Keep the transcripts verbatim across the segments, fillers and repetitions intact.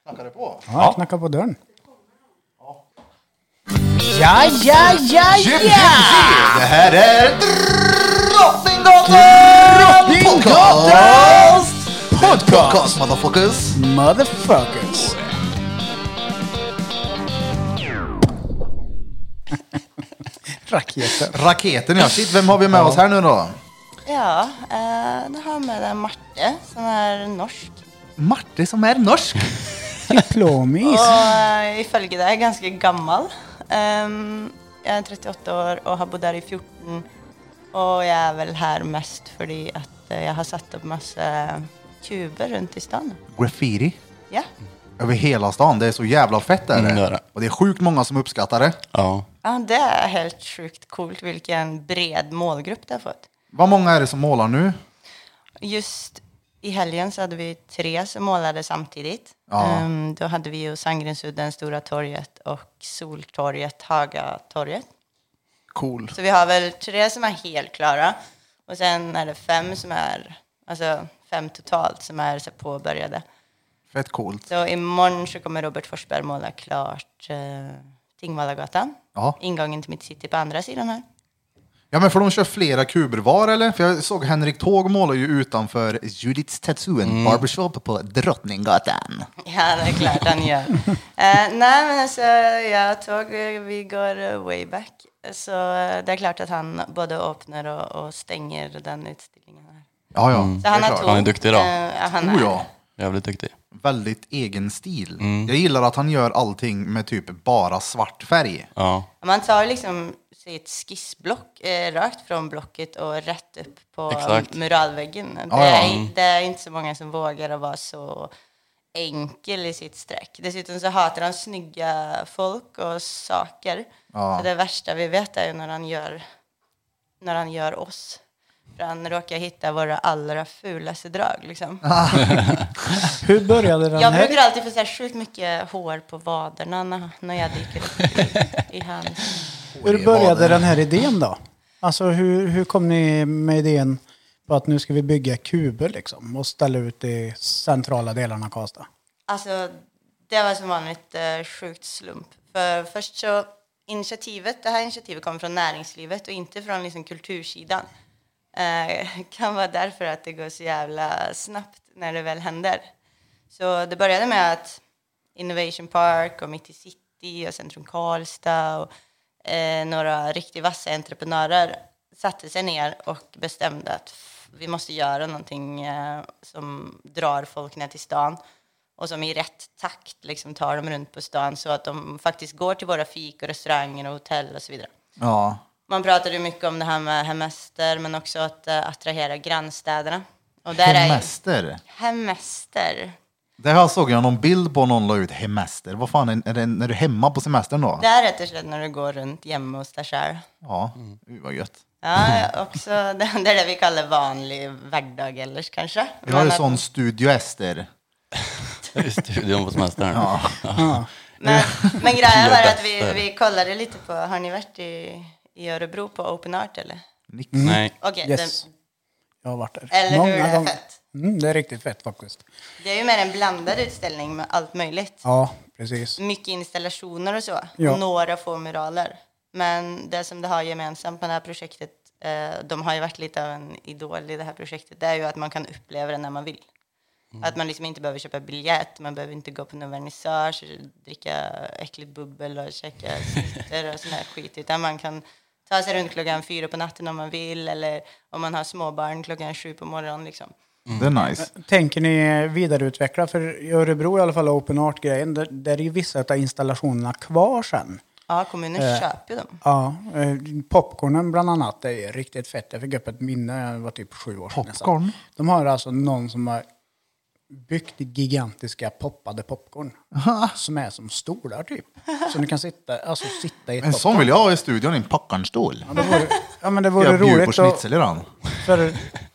Knackar det på? Ja, ja. Knackar på dörren. Ja, ja, ja, ja! Det här är Drottninggatan Podcast! Podcast, motherfuckers! Motherfuckers! Raketen. Raketen, ja. Shit, vem har vi med oss här nu då? Ja, eh, det har med den Marte som är norsk. Marte som är norsk? Diplomis. Och uh, ifölge det är ganska gammal. Um, jag är trettioåtta år och har bott där i fjorton. Och jag är väl här mest för att uh, jag har satt upp massa kuber runt i stan. Graffiti? Ja. Över hela stan. Det är så jävla fett där. Mm, det är det. Och det är sjukt många som uppskattar det. Ja. Ja, det är helt sjukt coolt vilken bred målgrupp det har fått. Vad många är det som målar nu? Just i helgen så hade vi tre som målade samtidigt. Ja. Um, då hade vi ju Sandgrensudden, Stora torget och Soltorget, Hagatorget. Cool. Så vi har väl tre som är helt klara. Och sen är det fem som är, alltså fem totalt som är så påbörjade. Fett coolt. Så imorgon så kommer Robert Forsberg måla klart uh, Tingvallagatan. Ja. Ingången till mitt city på andra sidan här. Ja, men får de köra flera kuber var eller? För jag såg Henrik Tåg måla ju utanför Judiths Tattoo, en mm. barbershop på Drottninggatan. Ja, det är klart han gör. uh, nej, men alltså, jag Tåg, vi går way back. Så uh, det är klart att han både öppnar och, och stänger den utställningen här. Ja, ja. Mm. Så han, är har klart. tog, Han är duktig då. Uh, han är, Oh, ja. Jävligt duktig. Väldigt egen stil. Mm. Jag gillar att han gör allting med typ bara svart färg. Ja. Man tar liksom ett skissblock eh, rakt från blocket och rätt upp på Exakt. muralväggen. Ja, det, ja. är, det är inte så många som vågar att vara så enkel i sitt streck. Dessutom så hatar han snygga folk och saker. Ja. Så det värsta vi vet är ju när han gör, när han gör oss. För han råkar hitta våra allra fulaste drag liksom. Hur började den Jag här? brukar alltid få så här sjukt mycket hår på vaderna när, när jag dyker upp i, i hans. Hur började den här idén då? Alltså hur, hur kom ni med idén på att nu ska vi bygga kuber liksom och ställa ut i centrala delarna av Karlstad? Alltså, det var som vanligt eh, sjukt slump. För först så, initiativet, det här initiativet kommer från näringslivet och inte från liksom kultursidan. Eh, kan vara därför att det går så jävla snabbt när det väl händer. Så det började med att Innovation Park och Mitt i City och Centrum Karlstad och eh, några riktigt vassa entreprenörer satte sig ner och bestämde att f- vi måste göra någonting eh, som drar folk ner till stan och som i rätt takt liksom tar dem runt på stan så att de faktiskt går till våra fik och restauranger och hotell och så vidare. Ja. Man pratade ju mycket om det här med hemester men också att uh, attrahera grannstäderna. Och där Hemester? Är hemester. Det här såg jag någon bild på någon la ut hemester. Vad fan, är, är det när du är hemma på semestern då? Det är rätt och slett när du går runt hemma hos dig själv. Ja, mm. vad gött. Ja, också, det, det är det vi kallar vanlig vardag eller kanske. Vi har ju att- sån Studio Ester. I studion på semestern. Ja. Ja. Men, men grejen var att vi, bättre. vi kollade lite på, har ni varit i, i Örebro på Open Art eller? Nix. Nej. Okej, Yes. den- Jag har varit där. eller hur, det är gånger. fett. Mm, det är riktigt fett faktiskt. Det är ju mer en blandad utställning med allt möjligt. Ja, precis. Mycket installationer och så. Ja. Och några få muraler. Men det som det har gemensamt med det här projektet, eh, de har ju varit lite av en idol i det här projektet, det är ju att man kan uppleva det när man vill. Mm. Att man liksom inte behöver köpa biljett, man behöver inte gå på någon vernissage, dricka äckligt bubbel och käka sitter och sån här skit, utan man kan ta sig runt klockan fyra på natten om man vill, eller om man har småbarn klockan sju på morgonen liksom. Det är nice. Tänker ni vidareutveckla? För i Örebro i alla fall Open Art-grejen, där, där är ju vissa av installationerna kvar sen. Ja, kommunen Eh. köper ju dem. Ja, eh, popcornen bland annat är riktigt fett. Jag fick upp ett minne, det var typ sju år sedan. Popcorn? nästan. De har alltså någon som har byggt gigantiska poppade popcorn. Som är som stolar typ. Så du kan sitta, alltså, sitta i ett En popcorn. sån vill jag ha i studion, en popcornstol. Ja, det vore, ja men det vore Jag bjuder på roligt. schnitzel i den. För,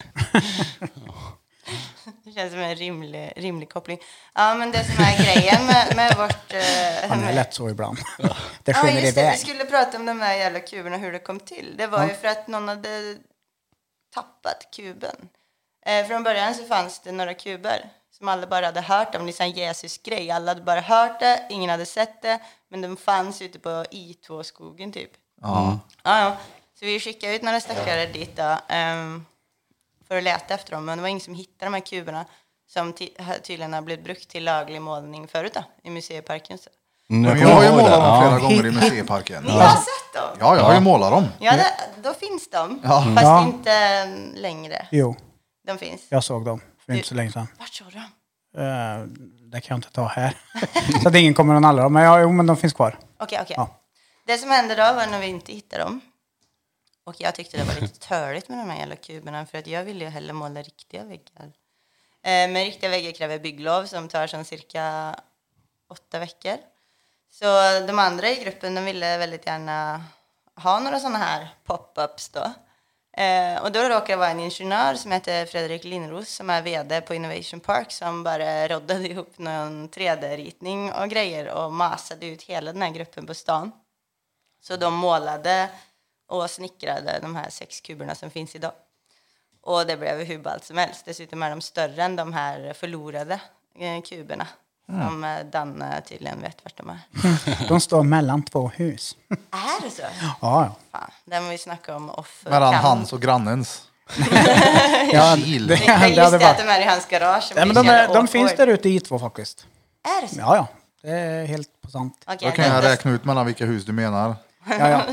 Det känns som en rimlig, rimlig koppling. Ja, men det som är grejen med, med vårt... Eh, han är med, lätt så ibland. Det ja, skiner just det. Vi iväg. skulle prata om de här jävla kuberna, hur det kom till. Det var ju för att någon hade tappat kuben. Eh, från början så fanns det några kuber som alla bara hade hört om. Liksom Jesus-grej. Alla hade bara hört det, ingen hade sett det. Men de fanns ute på I två-skogen typ. Ja. Ja, ja. Så vi skickade ut några stackare dit då, um, för att leta efter dem. Men det var ingen som hittade de här kuberna som ty- tydligen har blivit brukt till laglig målning förut då, i museiparken. Så. Men jag har ju målat dem flera gånger i museiparken. Ni har sett dem? Ja, jag har ju målat dem. Ja, det, då finns de. Ja. Fast Ja. inte längre. Jo, De finns. jag såg dem för inte så länge sedan. Vart såg du dem? Uh, det kan jag inte ta här. Så att ingen kommer att nalla dem. Men, ja, jo, men de finns kvar. Okej, okej. Ja. Det som hände då var när vi inte hittade dem. Och jag tyckte det var lite törligt med de här jävla kuberna. För att jag ville ju hellre måla riktiga väggar. Eh, men riktiga väggar kräver bygglov som tar som cirka åtta veckor. Så de andra i gruppen, de ville väldigt gärna ha några sådana här pop-ups då. Eh, och då råkade det vara en ingenjör som heter Fredrik Lindros som är vd på Innovation Park som bara roddade ihop någon tre D-ritning och grejer och masade ut hela den här gruppen på stan. Så de målade och snickrade de här sex kuberna som finns idag. Och det blev hur ballt som helst. Dessutom är de större än de här förlorade eh, kuberna. Mm. Som eh, Danne tydligen vet vart de är. De står mellan två hus. Är det så? Ja, ja. Fan, den vi snackar om off. Mellan kan- hans och grannens. Ja, Kil. det, Det, det det, just hade det att varit. de är i hans garage. Ja, men de, är, de finns där ute i två faktiskt. Är det så? Ja, ja. Det är helt på sant. Okej, Då kan jag det- räkna ut mellan vilka hus du menar. Ja, ja.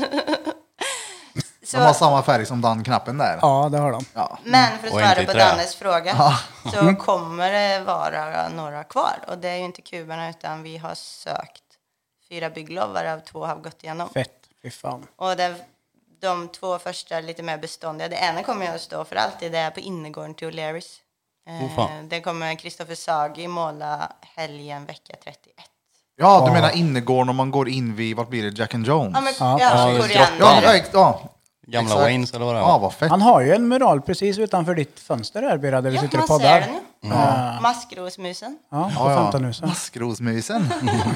så, De har samma färg som den knappen där. Ja, det har de. Ja. Men för att Och svara inte i på trä. Dannes fråga så kommer det vara några kvar. Och det är ju inte kuberna utan vi har sökt fyra bygglov varav två har gått igenom. Fett. Fy fan. Och det, de två första är lite mer beståndiga. Det ena kommer jag att stå för alltid. Det är på innergården till O'Learys. Oh, fan. det kommer Kristoffer Sagi måla helgen vecka trettioett. Ja, du menar innergården om man går in vid, vart blir det, Jack and Jones? Ja, men Ja. ja, Ja, Ja, koriander. ja, ex- ja. Gamla Exakt. Waynes eller vad det Ja, var. vad fett. Han har ju en mural precis utanför ditt fönster här, Birra, där vi Ja, sitter och man poddar. ser den ju. Mm. Maskrosmusen. Ja, på Ja, ja. Fantanusen. Maskrosmusen.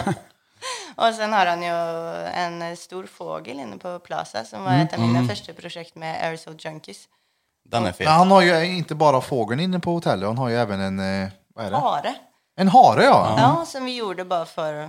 Och sen har han ju en stor fågel inne på Plaza som var ett av mina första projekt med Aerosol Junkies. Den är fet. Men han har ju inte bara fågeln inne på hotellet, han har ju även en, eh, vad är det? Hare. En hare, ja. Ja, som vi gjorde bara för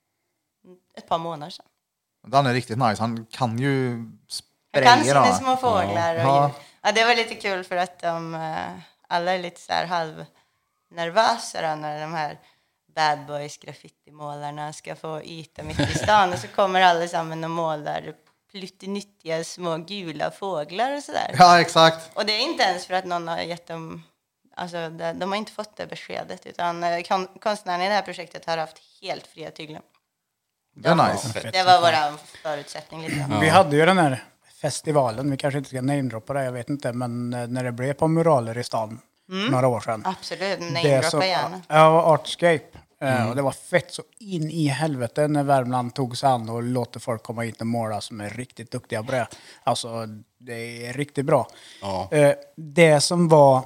ett par månader sedan. Den är riktigt nice. Han kan ju Han kan spraya. sina små fåglar och Ja. djur. Ja, det var lite kul för att de eh, alla är lite så här halvnervösa då, när de här bad boys graffitimålarna ska få yta mitt i stan. Och så kommer allesammans och målar pluttenyttiga små gula fåglar och sådär. Ja, exakt. Och det är inte ens för att någon har gett dem... Alltså, de, de har inte fått det beskedet. Utan eh, kon, konstnärerna i det här projektet har haft helt fria tyglar. Det är nice. Det var vår förutsättning lite grann. Vi hade ju den här festivalen, vi kanske inte ska namedroppa det, jag vet inte, men eh, när det blev på muraler i stan några år sedan. Absolut, Det namedroppa som- gärna. Ja, Artscape. Eh, Och det var fett så in i helvete när Värmland tog sig an och låter folk komma hit och måla som är riktigt duktiga på det. Alltså, det är riktigt bra. Ja. Eh, Det som var,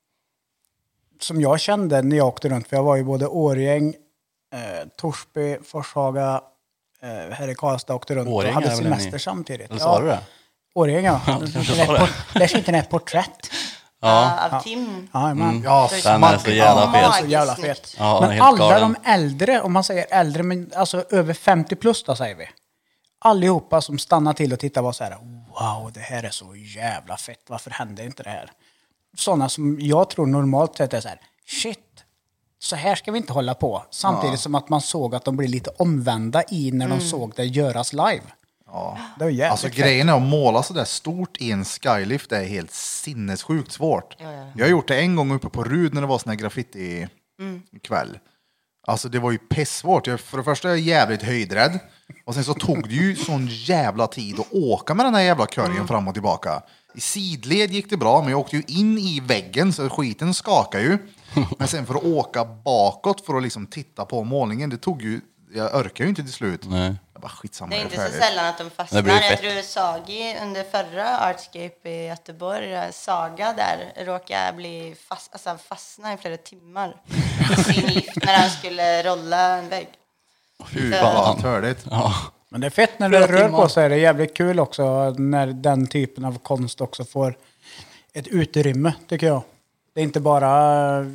som jag kände när jag åkte runt, för jag var ju både Årjäng, eh, Torsby, Forshaga, eh, här i Karlstad åkte runt Årjäng och hade är väl en semester i- samtidigt. Eller sa du det? Årjäng, ja. kanske sa det. Där sitter ett porträtt. Ja, av Tim. Ja, men. Ja, Den är så jävla Ja. fet. Så jävla Snyggt. fet. Ja, den är men helt alla galen. de äldre, om man säger äldre, men alltså över femtio plus då säger vi. Allihopa som stannar till och tittar var så här: wow, det här är så jävla fett. Varför händer inte det här? Sådana som jag tror normalt sett är så här: shit, så här ska vi inte hålla på. Samtidigt som att man såg att de blir lite omvända i när de såg det göras live. Ja. Det var jävligt Alltså fett. grejen är att måla så där stort i en skylift, det är helt sinnessjukt svårt. Ja, ja. Jag har gjort det en gång uppe på Rud när det var sån här graffiti kväll. Alltså det var ju pissvårt. Jag, för det första är jag jävligt höjdrädd. Och sen så tog det ju sån jävla tid att åka med den här jävla körjen fram och tillbaka. I sidled gick det bra, men jag åkte ju in i väggen så skiten skakar ju. Men sen för att åka bakåt för att liksom titta på målningen, det tog ju, jag orkar ju inte till slut. Nej. Jag bara skitsamma, Det är jag inte så färdig. sällan att de Det fastnar. blir Jag fett. tror Sagi under förra Artscape i Göteborg, eh, Saga där, råkade bli fast, alltså fastna i flera timmar i sin lift när han skulle rolla en vägg. Fy Så- fan, törligt. Ja. Men det är fett när Flera det rör timmar. på sig. Det är jävligt kul också när den typen av konst också får ett utrymme, tycker jag. Det är inte bara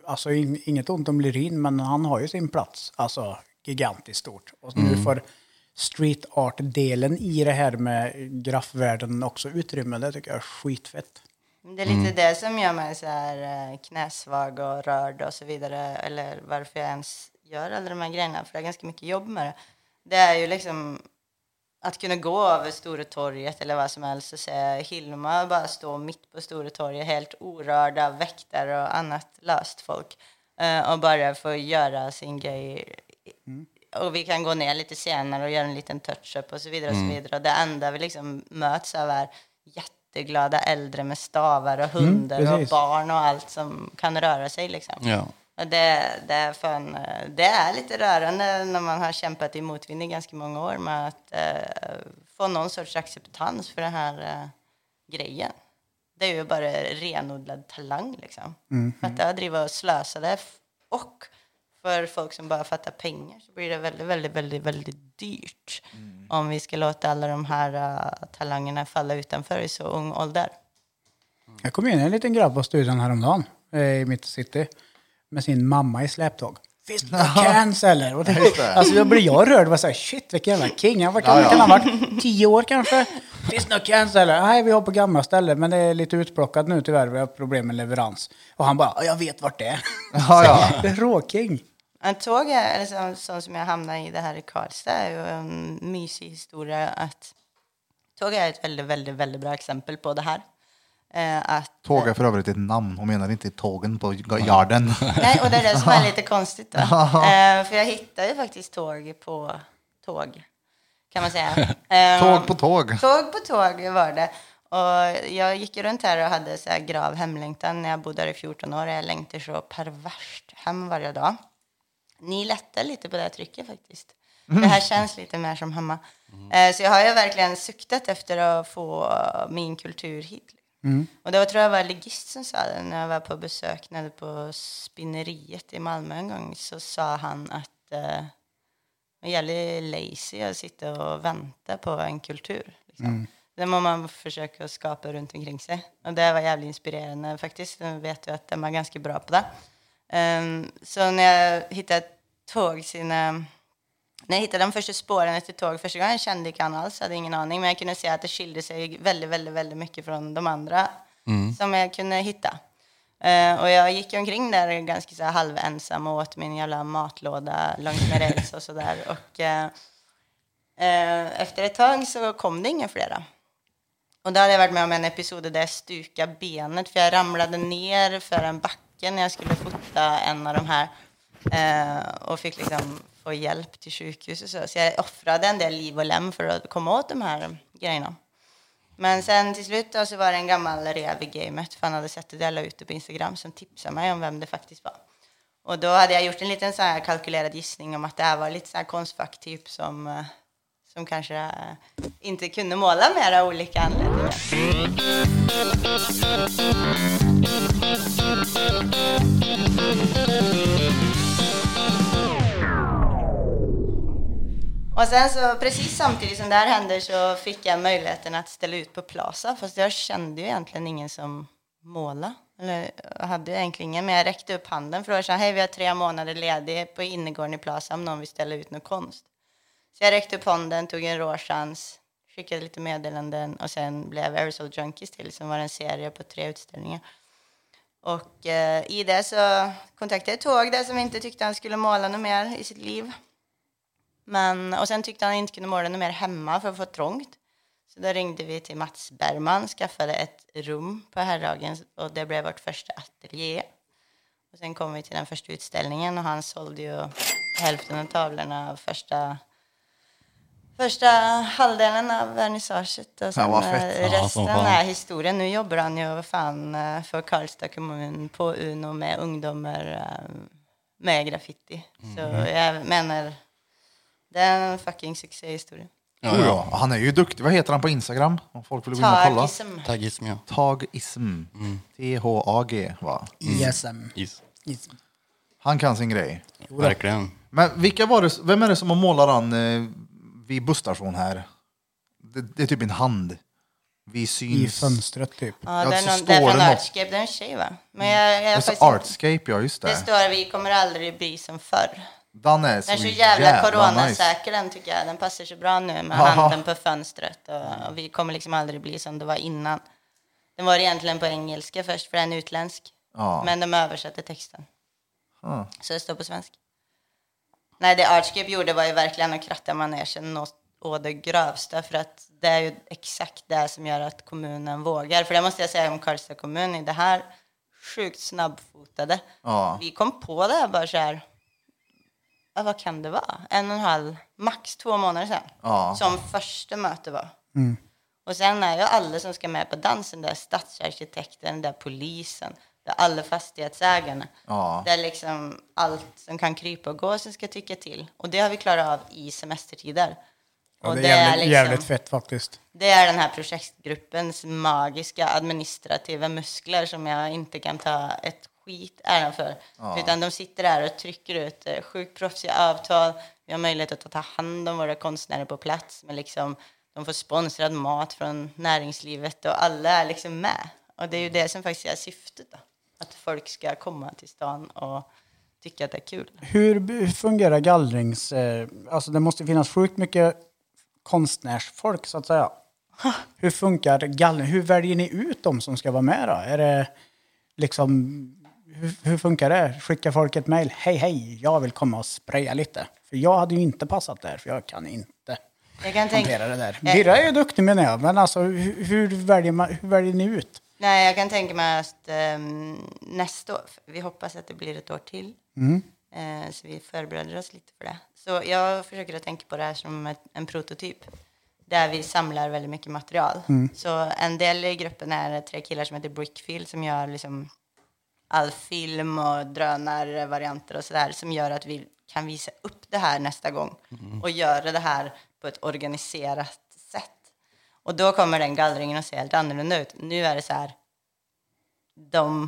alltså in, inget ont om Lerin, men han har ju sin plats. Alltså gigantiskt stort. Och nu får street art-delen i det här med graffvärlden också utrymme. Det tycker jag är skitfett. Det är lite mm. det som gör mig så här knäsvag och rörd och så vidare. Eller varför jag ens gör alla de här grejerna. För det är ganska mycket jobb med det. Det är ju liksom att kunna gå över Stora torget eller vad som helst och se Hilma bara stå mitt på Stora torget helt orörda väktare och annat löst folk. Uh, och bara få göra sin grej. Mm. Och vi kan gå ner lite senare och göra en liten touch-up och så vidare och så vidare. Och det enda vi liksom möts av är jätteglada äldre med stavar och hundar mm, och barn och allt som kan röra sig liksom. Ja. Och det, det, är fan, det är lite rörande när man har kämpat i motvind i ganska många år med att eh, få någon sorts acceptans för den här eh, grejen. Det är ju bara renodlad talang liksom. Mm. För att jag driver och slösa det och för folk som bara fattar pengar så blir det väldigt, väldigt, väldigt, väldigt dyrt mm. om vi ska låta alla de här uh, talangerna falla utanför i så ung ålder. Mm. Jag kom in en liten grabb på studion häromdagen eh, i mitt city med sin mamma i släptåg. Finns det några cans eller? Och det, alltså jag blir jag rörd och säger shit vilken jävla king. Han var, kan, ja, ja. kan ha varit tio år kanske. Finns det några cans eller? Nej, vi har på gamla ställen men det är lite utplockat nu tyvärr. Vi har problem med leverans. Och han bara, jag vet vart det är. Ja, ja. Det är råking. En tåg, eller så, så som jag hamnar i det här i Karlstad, är ju en mysig historia. Att tåg är ett väldigt, väldigt, väldigt bra exempel på det här. Eh, att, tåg är för övrigt ett namn. Hon menar inte tågen på garden. Nej, och det är det som är lite konstigt då. eh, för jag hittade ju faktiskt tåg på tåg, kan man säga. Eh, tåg på tåg. Tåg på tåg var det. Och jag gick runt här och hade så här grav hemlängtan när jag bodde där i fjorton år. Jag längtar så perverst hem varje dag. Ni lättar lite på det här trycket faktiskt. Mm. Det här känns lite mer som hemma. Mm. Eh, så jag har ju verkligen suktat efter att få min kultur hit. Mm. Och det var, tror jag var legist som sa det när jag var på besök nere på spinneriet i Malmö en gång. Så sa han att eh, det gäller lazy att sitta och vänta på en kultur. Liksom. Mm. Det må man försöka skapa runt omkring sig. Och det var jävligt inspirerande faktiskt. Jag vet ju att de är ganska bra på det. Um, så när jag hittade tåg sina, när jag hittade de första spåren efter tåg första gången kände jag inte alls, hade ingen aning, men jag kunde se att det skilde sig väldigt, väldigt, väldigt mycket från de andra mm. som jag kunde hitta. Uh, och jag gick omkring där ganska så här halv ensam och åt min jävla matlåda långt med räls och sådär. Och uh, uh, efter ett tag så kom det inga flera. Och då hade jag varit med om en episod där jag stukade benet för jag ramlade ner för en backe när jag skulle fota en av de här eh, och fick liksom få hjälp till sjukhus och så. Så jag offrade en del liv och lem för att komma åt de här grejerna. Men sen till slut då, så var det en gammal rev i gamet för han hade sett det dela ut på Instagram som tipsade mig om vem det faktiskt var. Och då hade jag gjort en liten så här kalkylerad gissning om att det här var lite så här konstfack typ som, som kanske inte kunde måla mer av olika anledningar. Och sen så precis samtidigt som det här hände så fick jag möjligheten att ställa ut på Plaza. Fast jag kände ju egentligen ingen som måla. Eller jag hade egentligen ingen. Men jag räckte upp handen för att säga hej vi har tre månader ledig på innergården i Plaza om någon vill ställa ut någon konst. Så jag räckte upp handen, tog en rå chans, skickade lite meddelanden och sen blev Aerosol Junkies till som var en serie på tre utställningar. Och eh, i det så kontaktade jag Tåg där som inte tyckte han skulle måla något mer i sitt liv. Men, och sen tyckte han inte kunde måla något mer hemma för att få trångt. Så då ringde vi till Mats Bergman, skaffade ett rum på Herrhagen och det blev vårt första ateljé. Och sen kom vi till den första utställningen och han sålde ju hälften av tavlorna av första, första halvdelen av vernissaget. Och sen resten ja, är historien. Nu jobbar han ju fan för Karlstad kommun på Uno med ungdomar med graffiti. Mm. Så jag menar, det är en fucking succéhistoria. Ja, ja. Ja, han är ju duktig. Vad heter han på Instagram? Om folk vill gå in och kolla. Tagism. Tagism, ja. Tagism. Mm. T H A G, va? Ism. Is. Ism. Han kan sin grej. Verkligen. Men vilka var det, vem är det som har målat han eh, vid bussstation här? Det, det är typ en hand. Vi syns... I fönstret typ. Ja, Ja, det är, så någon, står det är från det något. Artscape, det är en tjej va? Men jag, jag, Alltså faktiskt inte- Artscape, ja just det det. står vi kommer aldrig bli som förr. Den är så, Den är så jävla, jävla coronasäker nice. den tycker jag. Den passar så bra nu med Aha. handen på fönstret. Och, och vi kommer liksom aldrig bli som det var innan. Den var egentligen på engelska först för den är utländsk. Ja. Men de översatte texten. Ja. Så det står på svenska. Nej, det Artscape gjorde var ju verkligen att kratta manegen något å det grövsta. För att det är ju exakt det som gör att kommunen vågar. För det måste jag säga om Karlstad kommun i det här sjukt snabbfotade. Ja. Vi kom på det här bara så här. Ja, vad kan det vara? En och en halv, max två månader sedan. Ja. Som första möte var. Och sen är ju alla som ska med på dansen, där stadsarkitekten, där polisen, där alla fastighetsägarna. Ja. Det är liksom allt som kan krypa och gå som ska tycka till. Och det har vi klarat av i semestertider. Ja, Och det är jävligt, liksom, jävligt fett faktiskt. det är den här projektgruppens magiska administrativa muskler som jag inte kan ta ett skit äran för. Ja. Utan de sitter där och trycker ut eh, sjukt proffsiga avtal. Vi har möjlighet att ta hand om våra konstnärer på plats. Men liksom, de får sponsrad mat från näringslivet och alla är liksom med. Och det är ju det som faktiskt är syftet då. Att folk ska komma till stan och tycka att det är kul. Hur, hur fungerar gallrings... Eh, alltså det måste finnas sjukt mycket konstnärsfolk så att säga. Hur funkar gallring? Hur väljer ni ut dem som ska vara med då? Är det liksom... Hur, hur funkar det? Skickar folk ett mejl? Hej, hej, jag vill komma och spraya lite. För jag hade ju inte passat där, för jag kan inte Jag kan tänka... hantera det där. Birra är ju duktig menar jag, men alltså hur, hur, väljer man, hur väljer ni ut? Nej, jag kan tänka mig att um, nästa år, vi hoppas att det blir ett år till. Mm. Uh, så vi förbereder oss lite för det. Så jag försöker att tänka på det här som ett, en prototyp. Där vi samlar väldigt mycket material. Mm. Så en del i gruppen är tre killar som heter Brickfield som gör liksom all film och drönarvarianter och sådär. Som gör att vi kan visa upp det här nästa gång. Mm. Och göra det här på ett organiserat sätt. Och då kommer den gallringen att se helt annorlunda ut. Nu är det så här, de,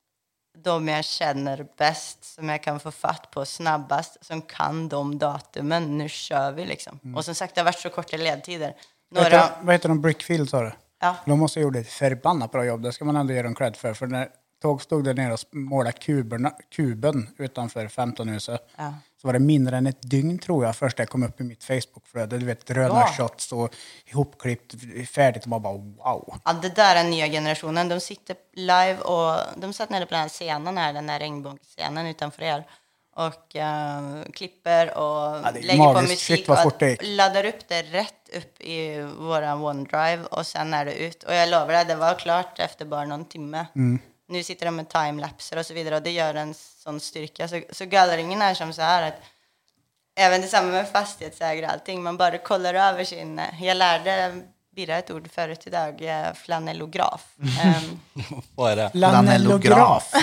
de jag känner bäst, som jag kan få fatt på snabbast, som kan de datumen, nu kör vi liksom. Mm. Och som sagt, det har varit så korta ledtider. Vad Några, heter, vad heter de? Brickfield sa du? ja, De måste ha gjort ett förbannat bra jobb, det ska man ändå ge dem cred för. För när tåg stod där nere och målade kuberna, kuben utanför femton-huset. Ja. Så var det mindre än ett dygn tror jag först jag kom upp i mitt Facebookflöde. Du vet, drönarshots och ihopklippt, färdigt och man bara wow. ja, det där är nya generationen. De sitter live och de satt nere på den här scenen här, den där regnbågsscenen utanför er. Och uh, klipper och Ja, det är lägger på magiskt. musik Shit, vad och fort det gick. laddar upp det rätt upp i våran OneDrive och sen är det ut. Och jag lovar dig, det var klart efter bara någon timme. Mm. Nu sitter de med timelapser och så vidare och det gör en sån styrka. Så, så gallringen är som så här att även tillsammans med fastighetsägare och allting, man bara kollar över sin... Jag lärde Birra ett ord förut idag, eh, flanellograf. um, Vad är det? Flanellograf.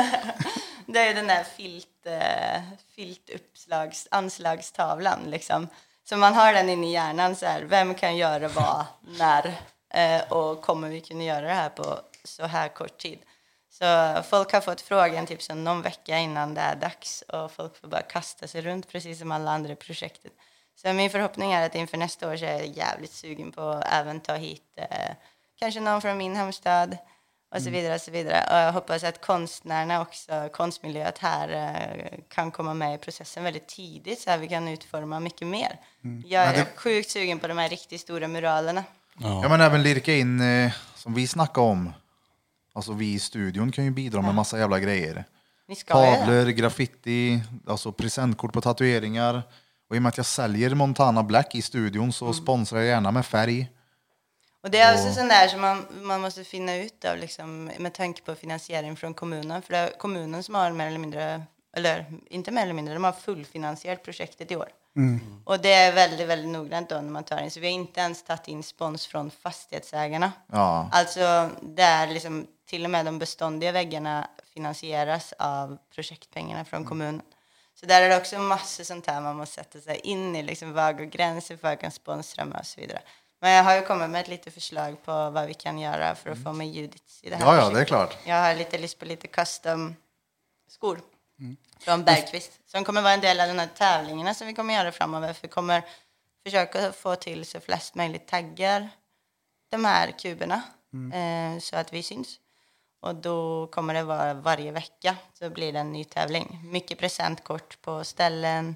det är den där filt, eh, filtuppslags, anslagstavlan liksom. Så man har den inne i hjärnan så här, vem kan göra vad, när eh, och kommer vi kunna göra det här på så här kort tid. Så folk har fått frågan typ så någon vecka innan det är dags och folk får bara kasta sig runt precis som alla andra i projektet. Så min förhoppning är att inför nästa år så är jag jävligt sugen på att även ta hit eh, kanske någon från min hemstad och så vidare och så vidare. Och jag hoppas att konstnärerna också, konstmiljöet här eh, kan komma med i processen väldigt tidigt så här vi kan utforma mycket mer. Mm. Jag är Men det- sjukt sugen på de här riktigt stora muralerna. Ja, men även lirka in, eh, som vi snackade om. Alltså vi i studion kan ju bidra med massa jävla grejer. Ni ska ju det. Tavlor, graffiti, alltså presentkort på tatueringar. Och i och med att jag säljer Montana Black i studion så sponsrar jag gärna med färg. Och det är också sån där som man, man måste finna ut av liksom, med tanke på finansiering från kommunen. För det är kommunen som har mer eller mindre, eller inte mer eller mindre, de har fullfinansierat projektet i år. Mm. Och det är väldigt, väldigt noggrant då när man tar in. Så vi har inte ens tagit in spons från fastighetsägarna. Ja. Alltså där liksom till och med de beståndiga väggarna finansieras av projektpengarna från kommunen. Så där är det också massor sånt här man måste sätta sig in i. Liksom vad går gränser för vad jag kan sponsra med och så vidare. Men jag har ju kommit med ett litet förslag på vad vi kan göra för att få med Judith i det här Ja, ja, projektet. det är klart. Jag har lite lust på lite custom skor från Bergqvist. Som kommer vara en del av den här tävlingarna som vi kommer göra framöver. För vi kommer försöka få till så flest möjligt taggar de här kuberna mm. eh, så att vi syns. Och då kommer det vara varje vecka så blir det en ny tävling. Mycket presentkort på ställen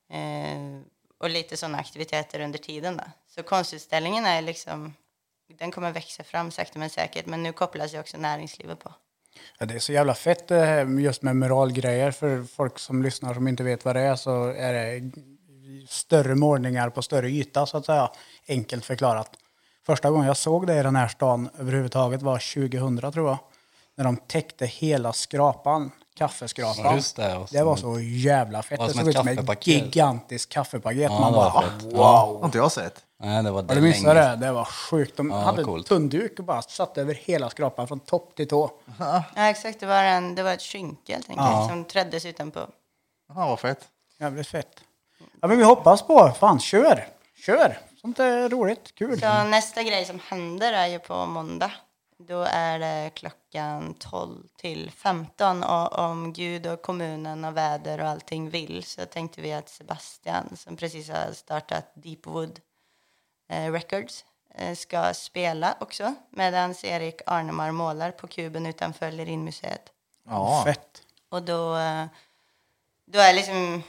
eh, och lite sådana aktiviteter under tiden då. Så konstutställningen är liksom, den kommer växa fram sakta men säkert, men nu kopplas ju också näringslivet på. Ja, det är så jävla fett just med muralgrejer. För folk som lyssnar som inte vet vad det är så är det större målningar på större yta så att säga. Enkelt förklarat. Första gången jag såg det i den här stan överhuvudtaget var tjugohundra tror jag. När de täckte hela skrapan, kaffeskrapan. Ja, just det, det var så jävla fett. Det Det såg såg ut som ett gigantiskt kaffepaket. Ja, Man bara, wow. Har inte jag sett? Nej, det var det. Har du missat det? Det var sjukt. De Ja, hade coolt. en tunn duk och bara satt över hela skrapan från topp till tå. Ja, exakt. Det var, en, det var ett skynke helt enkelt Ja. som träddes utanpå. Ja, vad fett. Jävligt fett. Ja, men vi hoppas på. Fan, kör! Kör! Sånt är roligt. Kul. Så nästa grej som händer är ju på måndag. Då är det klockan tolv till femton. Och om Gud och kommunen och väder och allting vill så tänkte vi att Sebastian, som precis har startat Deepwood eh, Records, eh, ska spela också. Medan Erik Arnemar målar på kuben utanför Lerinmuseet. Ja. Fett. Och då, eh, då är liksom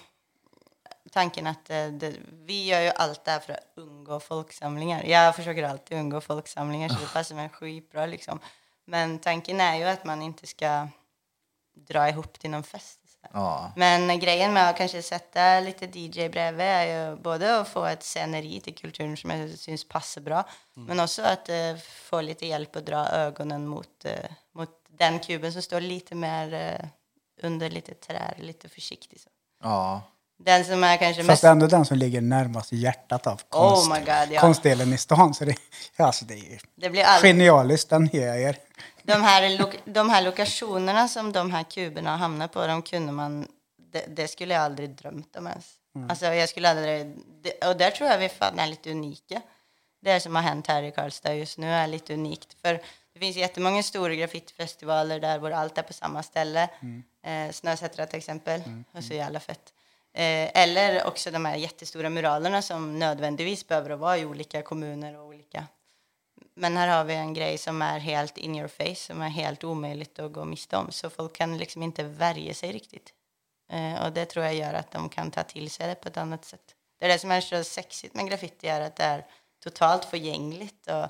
tanken att eh, det, vi gör ju allt det här för att undgå folksamlingar. Jag försöker alltid undgå folksamlingar så det passar mig skitbra liksom. Men tanken är ju att man inte ska dra ihop till någon fest. Ja. Men grejen med att kanske sätta lite D J bredvid är ju både att få ett sceneri till kulturen som jag syns passar bra. Mm. Men också att eh, få lite hjälp att dra ögonen mot, eh, mot den kuben som står lite mer eh, under lite trär, lite försiktig så. Ja. Den som är kanske Fast mest... ändå den som ligger närmast hjärtat av konst, Oh my God, ja. konstdelen i stan. Så det, alltså det är ju Det blir all... genialiskt, den ger jag er. de, här lo... de här lokationerna som de här kuberna hamnar på, de kunde man... Det, det skulle jag aldrig drömt om ens. Mm. Alltså jag skulle aldrig... Det... Och där tror jag vi fan är lite unika. Det som har hänt här i Karlstad just nu är lite unikt. För det finns jättemånga stora graffitifestivaler där hvor allt är på samma ställe. Mm. Eh, Snösättra till exempel. Mm. Och så jävla fett. Eh, eller också de här jättestora muralerna som nödvändigtvis behöver vara i olika kommuner och olika. Men här har vi en grej som är helt in your face, som är helt omöjligt att gå miste om. Så folk kan liksom inte värja sig riktigt. Eh, och det tror jag gör att de kan ta till sig det på ett annat sätt. Det är det som är så sexigt med graffiti, är att det är totalt förgängligt och,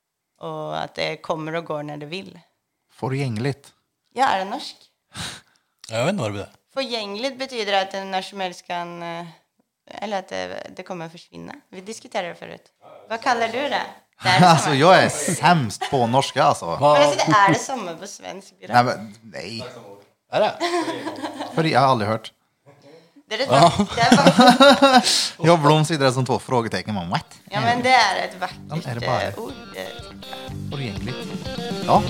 och att det kommer och går när det vill. Förgängligt? Ja, är det norsk? Jag vet inte vad det blir. Förgängligt betyder att den när som helst kan, eller att det, det kommer att försvinna. Vi diskuterade det förut. Vad kallar du det? det är det Alltså jag är sämst på norska alltså. Men alltså, det är det samma på svenska. Nej, men, nej. Är det? För jag har aldrig hört. Det är det, ja. det är vackert. Jag Blom sitter där som två frågetecken. Man, what? Ja, men det är ett vackert Ja, är det bara... eh, ord. eh. Förgängligt. Ja.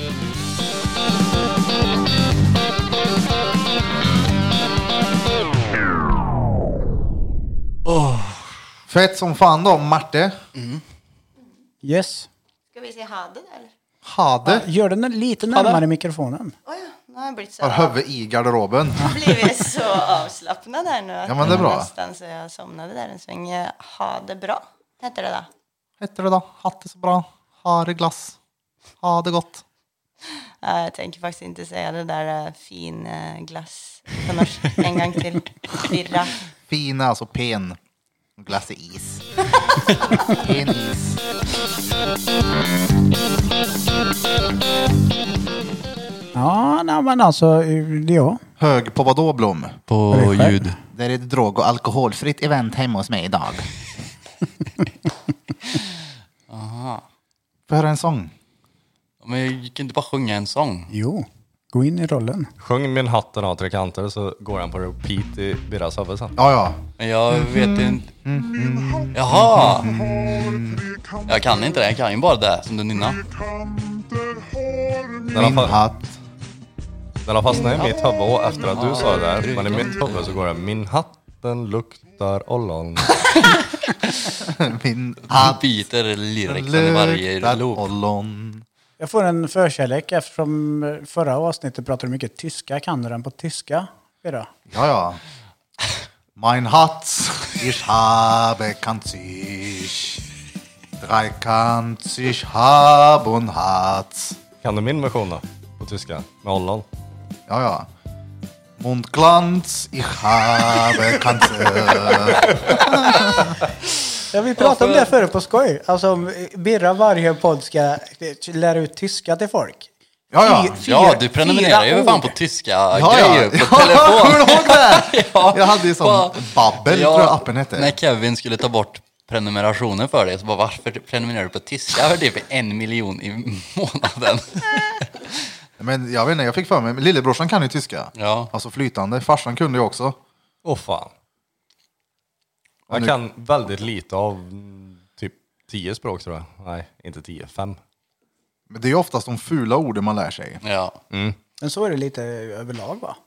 Oh. Fett som fan då, Marte. Mm. Yes. Ska vi se Hade eller? Hade. Ja, gör den lite närmare mikrofonen. Oh, ja. Nu har jag blivit så, Har huvud i garderoben. jag har blivit så avslappnad här nu. Ja, men det är bra. Nästan så jag somnade där en sväng. Ha det bra, heter det då. Heter det då? Hatt det så bra. Ha det glass. Ha det gott. Ja, jag tänker faktiskt inte säga det där uh, fin uh, glass på norsk en gång till. Virra. Fina, alltså pen. Glass i is. Pen is. Ja, nej, men alltså, ja. Hög på vad då, Blom? På Är det själv? ljud. Det är ett drog- och alkoholfritt event hemma hos mig idag. Aha. Får jag höra en sång? Men jag kan inte bara sjunga en sång. Jo, gå in i rollen. Sjung min hatten av tre kanter så går han på repeat i Birras huvud sen. Ja, ja. Men jag vet inte. Jaha! Jag kan inte det. Jag kan ju bara det som du nynnar. Den har, Min fa- hatt. den har fastnat i mitt huvud och efter att du sa det där, men i mitt huvud så går det min hatten luktar ollon. Min Du hatt. byter lyricsen i varje luktar loop. ollon. Jag får en förkärlek eftersom förra avsnittet pratade du mycket tyska. Kan du den på tyska? Bira? Ja, ja. Mein Hatt, ich habe kann sich. drei kann sich haben hat. Kan du min version då? På tyska? Med ollon? Ja, ja. Mundglanz, ich habe cancer. Ja, vi pratade om det förr på skoj. Alltså om Birra varje podd ska lära ut tyska till folk. Ja, ja. Fy- fyra- Ja, du prenumererar ju fyra fan ord. på tyska Ja, grejer ja. på telefon. Kommer du ihåg det? Ja. Jag hade ju som Bara- Babbel, Ja, tror jag appen hette. När Kevin skulle ta bort prenumerationen för det, så bara, varför prenumererar du på tyska för det för en miljon i månaden? Men jag vet inte, jag fick för mig, men lillebrorsan kan ju tyska. Ja. Alltså flytande. Farsan kunde ju också. Åh fan. Jag nu- kan väldigt lite av mm, typ tio språk tror jag. Nej, inte tio, fem. Men det är ju oftast de fula orden man lär sig. Ja. Men så är det lite överlag, va?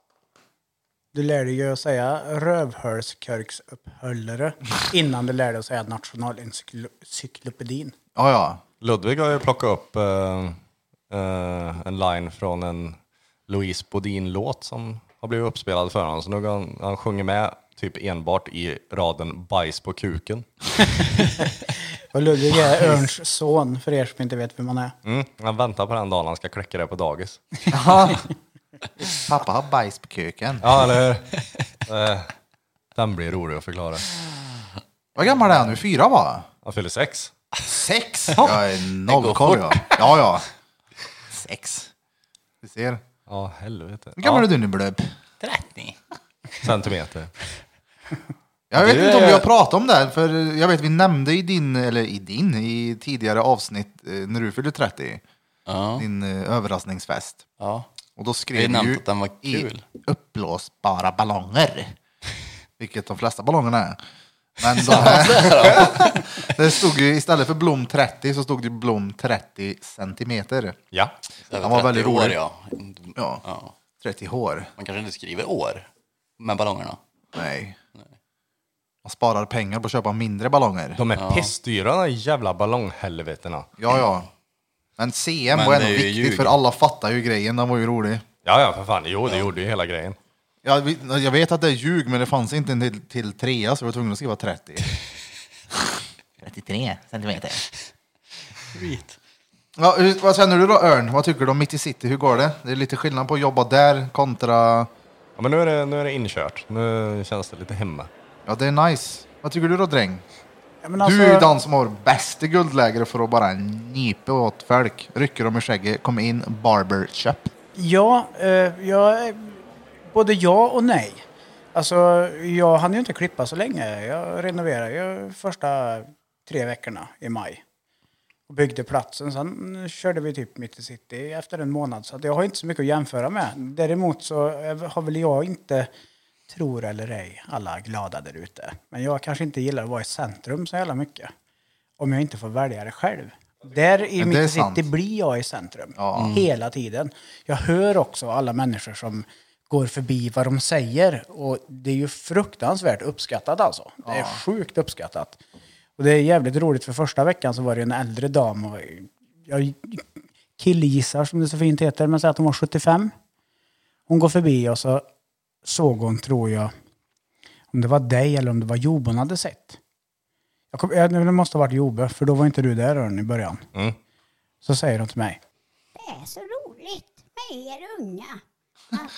Du lär dig ju att säga rövhölskörksupphöllare innan du lär dig att säga nationalencyklopedin. Ja, ja. Ludvig har ju plockat upp eh, eh, en line från en Louise Bodin-låt som har blivit uppspelad för honom. Så nu han, han sjunger med typ enbart i raden bajs på kuken. Och Ludvig är Örns son, för er som inte vet vem man är. Mm, han väntar på den dagen han ska kläcka det på dagis. Pappa har bajs på köken. Ja, eller hur? Eh, den blir rolig att förklara. Vad gammal är han nu? Fyra, va? Han fyller sex. Sex? Jag är nollkoll, ja. Ja, ja. Sex. Du ser. Ja, helvete. Hur gammal Ja, är du nu, Blöb? trettio. centimeter. Jag vet Du inte om är- vi har pratat om det, för jag vet vi nämnde i din, eller i din, i tidigare avsnitt eh, när du fyllde trettio, Ja. din eh, överraskningsfest. Ja. Och då Vi skrev har du nämnt ju att den var i kul. uppblåsbara ballonger. Vilket de flesta ballongerna är. Men de här, det stod ju istället för Blom trettio så stod det Blom trettio centimeter. Ja. Han var väldigt trettio år, rolig. ja. Ja, Ja. trettio hår. Man kanske inte skriver år med ballongerna. Nej. Man sparar pengar på att köpa mindre ballonger. De är pissdyra, de här jävla ballonghelvetena. Ja, ja. Men C M Men var det ändå är ju viktigt ljug. för alla fattar ju grejen. Den var ju rolig. Ja, ja, för fan. Jo, det gjorde ju hela grejen. Ja, vi- jag vet att det är ljug, men det fanns inte en till, till trea så jag var tvungen att skriva trettio. trettiotre centimeter. Skit. Ja, hur- vad känner du då, Örn? Vad tycker du om Mitt i City? Hur går det? Det är lite skillnad på att jobba där kontra... Ja, men nu är det, nu är det inkört. Nu känns det lite hemma. Ja, det är nice. Vad tycker du då, dräng? Ja, men alltså, Du är ju den som har bästa guldlägre för att bara nypa åt folk. Rycker dem i skägget, kommer in, barbershop. ja, eh, jag, både ja och nej. Alltså, jag hann ju inte klippa så länge. Jag renoverade ju första tre veckorna i maj. Och byggde platsen. Sen körde vi typ Mitt i City efter en månad. Så att jag har inte så mycket att jämföra med. Däremot så har väl jag inte, tror eller ej, alla glada där ute. Men jag kanske inte gillar att vara i centrum så jävla mycket. Om jag inte får välja det själv. Där i Men det är Mitt i sant. City blir jag i centrum. Ja. Hela tiden. Jag hör också alla människor som går förbi vad de säger. Och det är ju fruktansvärt uppskattat alltså. Det är sjukt uppskattat. Och det är jävligt roligt, för första veckan så var det en äldre dam. Och jag killgissar som det så fint heter, men säger att hon var sjuttiofem. Hon går förbi och så såg hon, tror jag, om det var dig eller om det var Jobe hon hade sett. Jag kom, jag, det måste ha varit Jobe, för då var inte du där Örn, i början. Mm. Så säger hon till mig: Det är så roligt med er unga. Att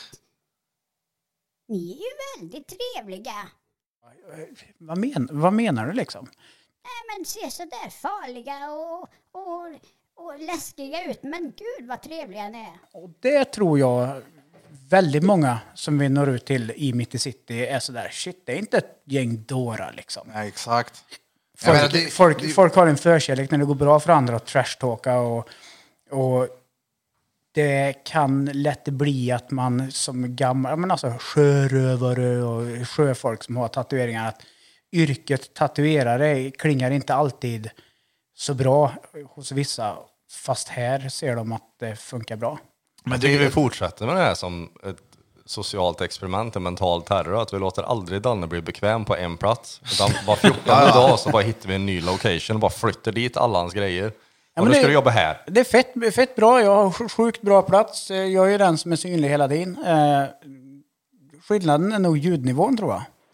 ni är ju väldigt trevliga. vad, men, vad menar du liksom? Nej, men ser så där farliga och, och, och läskiga ut. Men gud vad trevliga ni är. Och det tror jag väldigt många som vi når ut till i Mitt i City är sådär, shit, det är inte ett gäng dårar liksom. Ja, exakt. Jag Folk, menar, det- folk, det- folk har en förkärlek när det går bra för andra att trashtalka och, och det kan lätt bli att man som gammal, men alltså sjörövare och sjöfolk som har tatueringar, att yrket tatuerare klingar inte alltid så bra hos vissa, fast här ser de att det funkar bra. Men jag tycker vi fortsätter med det här som ett socialt experiment, en mental terror. Att vi låter aldrig Danne bli bekväm på en plats. Utan var fjortonde dag så bara hittar vi en ny location och bara flyttar dit alla hans grejer. Ja, Och men nu ska det- du jobba här. Det är fett, fett bra. Jag har sj- sjukt bra plats. Jag är den som är synlig hela tiden. Eh, skillnaden är nog ljudnivån, tror jag.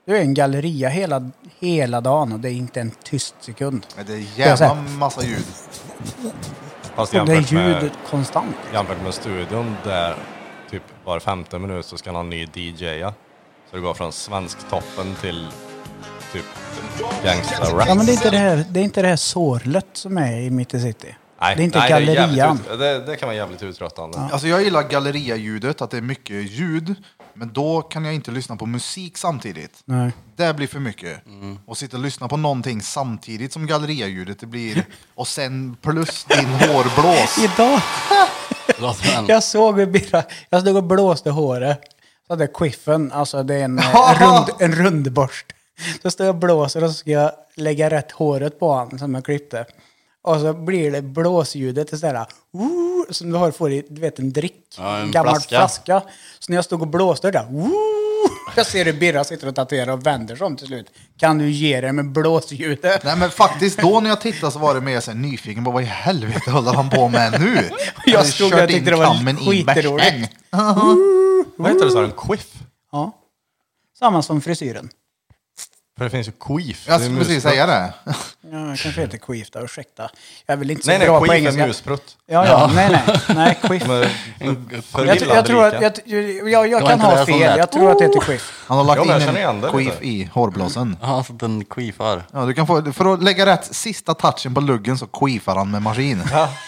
Du är en galleria hela, hela dagen och det är inte en tyst sekund. Men det är Jag jävla säger- massa ljud. Fast Och det är jämfört ljud med, konstant. jämfört med studion där typ var femte minut så ska någon ny D J-a. Så det går från svensktoppen till typ gangsta-rap. Ja, men det är inte det här, det är inte det här sorlet som är i Mitt i City. Nej, det är inte nej, gallerian. Det, är jävligt ut, det, det kan vara jävligt uttröttande. Alltså jag gillar galleria-ljudet, att det är mycket ljud. Men då kan jag inte lyssna på musik samtidigt. Nej. Det blir för mycket. Och sitta och lyssna på någonting samtidigt som galleria-ljudet. Det blir... Och sen plus din hårblås. Idag, Låt den. jag såg hur Birra, jag stod och blåste håret. Så hade jag quiffen, alltså det är en, eh, rund, en rundborst. Så står jag och blåser och så ska jag lägga rätt håret på han som jag klippte. Och så blir det blåsljudet istället. Woo, som du har får i, du vet, en drick. Ja, en gammal flaska. flaska. Så när jag stod och blåste där, woo, jag ser hur Birra sitter och tatuerar och vänder sig om till slut. Kan du ge det med blåsljudet? Nej men faktiskt då när jag tittade så var det mer så här nyfiken på vad i helvete håller han på med nu? Jag stod och kört tyckte in det var kammen i skitroligt. bärsen. Vad heter det så här, en quiff? Ja. Samma som frisyren. För det finns ju queef. Jag Det är skulle precis musprutt. säga det. Ja, jag kanske heter queef då, ursäkta. Jag är väl inte så Nej, nej, bra på queef engelska. är musprutt. Ja, ja, nej, nej, nej, quiff. De är Jag, förvillande jag tror att, lika. jag, jag, jag, jag var kan inte ha det som fel, lät. jag tror att det heter quiff. Han har lagt Ja, men jag in känner igen det en queef lite. i hårblåsen. Ja, så den queefar. Ja, du kan få, för att lägga rätt sista touchen på luggen så queefar han med maskin.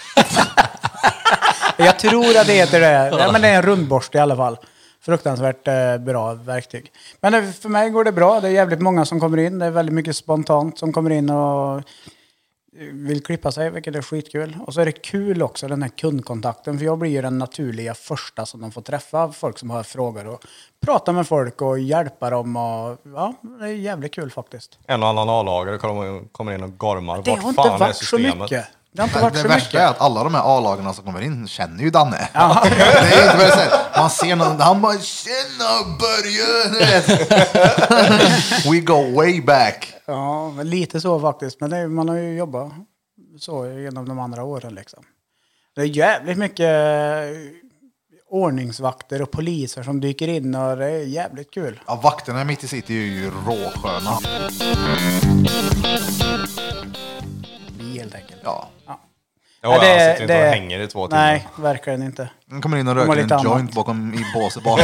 Jag tror att det heter det. Nej, men det är en rundborste i alla fall. Fruktansvärt eh, bra verktyg. Men det, för mig går det bra. Det är jävligt många som kommer in. Det är väldigt mycket spontant som kommer in och vill klippa sig, vilket är skitkul. Och så är det kul också, den här kundkontakten. För jag blir ju den naturliga första som de får träffa. Folk som har frågor och prata med folk och hjälpa dem. Och, ja, det är jävligt kul faktiskt. En och annan A-lagare kommer kommer in och gormar. Det Vart har inte fan är varit så systemet? mycket. Det har inte Men varit det så värsta mycket. är att alla de här A-lagarna som kommer in känner ju Danne. Det är inte bara så här, man ser någon, han bara tjena Börje! du vet. We go way back. Ja, men lite så faktiskt. Men det, är- man har ju jobbat så genom de andra åren liksom. Det är jävligt mycket eh, ordningsvakter och poliser som dyker in och det är jävligt kul. Ja, vakterna mitt i city är ju råsköna. Helt enkelt. Ja. Ja, Ja, det- han sitter inte det- och hänger i två timmar. Nej, verkligen inte. De kommer in och De har röker lite en joint annat. bakom, i båset bakom.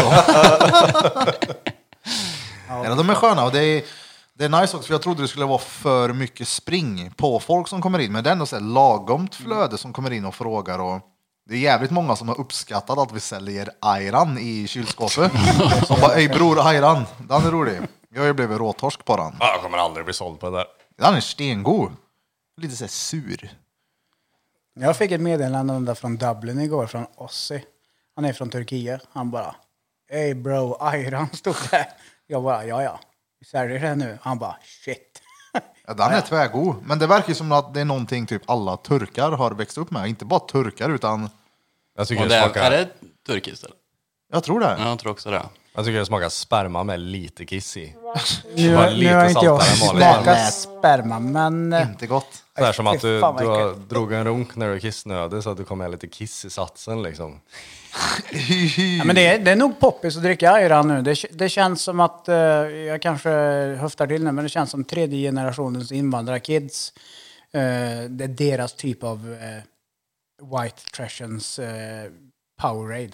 Ja, de är sköna och det är, det är nice också för jag trodde det skulle vara för mycket spring på folk som kommer in. Men det är ändå så här lagomt flöde som kommer in och frågar. Och det är jävligt många som har uppskattat att vi säljer ayran i kylskåpet. Som bara, ey bror ayran, den är rolig. Jag har ju blivit råtorsk på den. Ja, jag kommer aldrig bli såld på det där. Den är stengod. Lite så här sur. Jag fick ett meddelande från Dublin igår från Ossi. Han är från Turkiet. Han bara, hey bro, ayran stod där. Jag bara, ja ja, vi säljer det nu. Han bara, shit. Ja, den är tvärgod. Men det verkar ju som att det är någonting typ alla turkar har växt upp med. Inte bara turkar utan Jag tycker Och det, det är, smakar, är det turkiskt eller? jag tror det. Ja, jag tror också det. jag tycker det smakar sperma med lite kiss i. Nu, Bara nu lite har inte jag saltare än vanligt. smakat sperma, men... eh, Inte gott. Så här som att du, Fy fan, vad du har, äckligt. drog en runk när du är kissnödig så att du kommer med lite kiss i satsen liksom. Ja, men det, är, det är nog poppis att dricka ayran nu. Det, det känns som att, eh, jag kanske höftar till nu, men det känns som tredje generationens invandrarkids. Eh, det är deras typ av eh, white trashens eh, Powerade.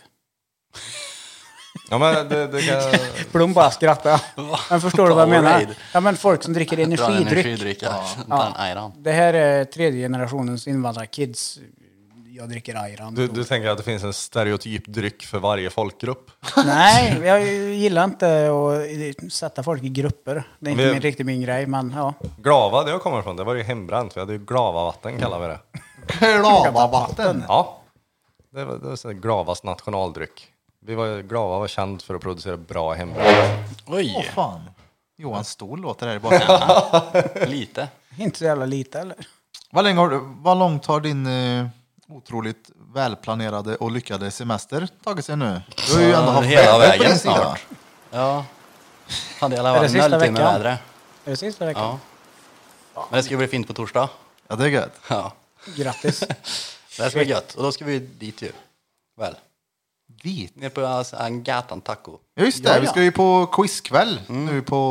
Ja men det, det kan... Blom bara skrattar. Men förstår du vad jag menar? Powerade. Ja, men folk som dricker Dra en energidryck. energidryck, ja. Ta en ayran. Det här är tredje generationens invandrarkids. Jag dricker ayran. Du, du tänker att det finns en stereotyp dryck för varje folkgrupp? Nej, jag gillar inte att sätta folk i grupper. Det är inte Vi- min, riktigt min grej, men ja. Glava, det jag kommer ifrån, det var ju hembränt. Vi hade ju glavavatten kallar vi det. Lavavatten. Ja, det var, det var så här Glavas nationaldryck. Vi var, Glava var känd för att producera bra hembränt. Åh Oj, fan. Johan stol låter här i bakgrunden. lite. Inte så jävla lite, eller? Vad, länge har du, vad långt har din eh, otroligt välplanerade och lyckade semester tagit sig nu? Du har ju ändå haft hela väder på vägen din sida. snart. Ja. Fan, det är i alla Är det fall sista noll timme veckan? vädret. Är det sista veckan? Ja. Men det ska bli fint på torsdag. Ja, det är gött. Ja. Grattis. Det ska bli gött. Och då ska vi dit ju. Väl. Dit. Ner på alltså, en gatan taco. Ja, just det. Ja, ja. Vi ska ju på quizkväll nu på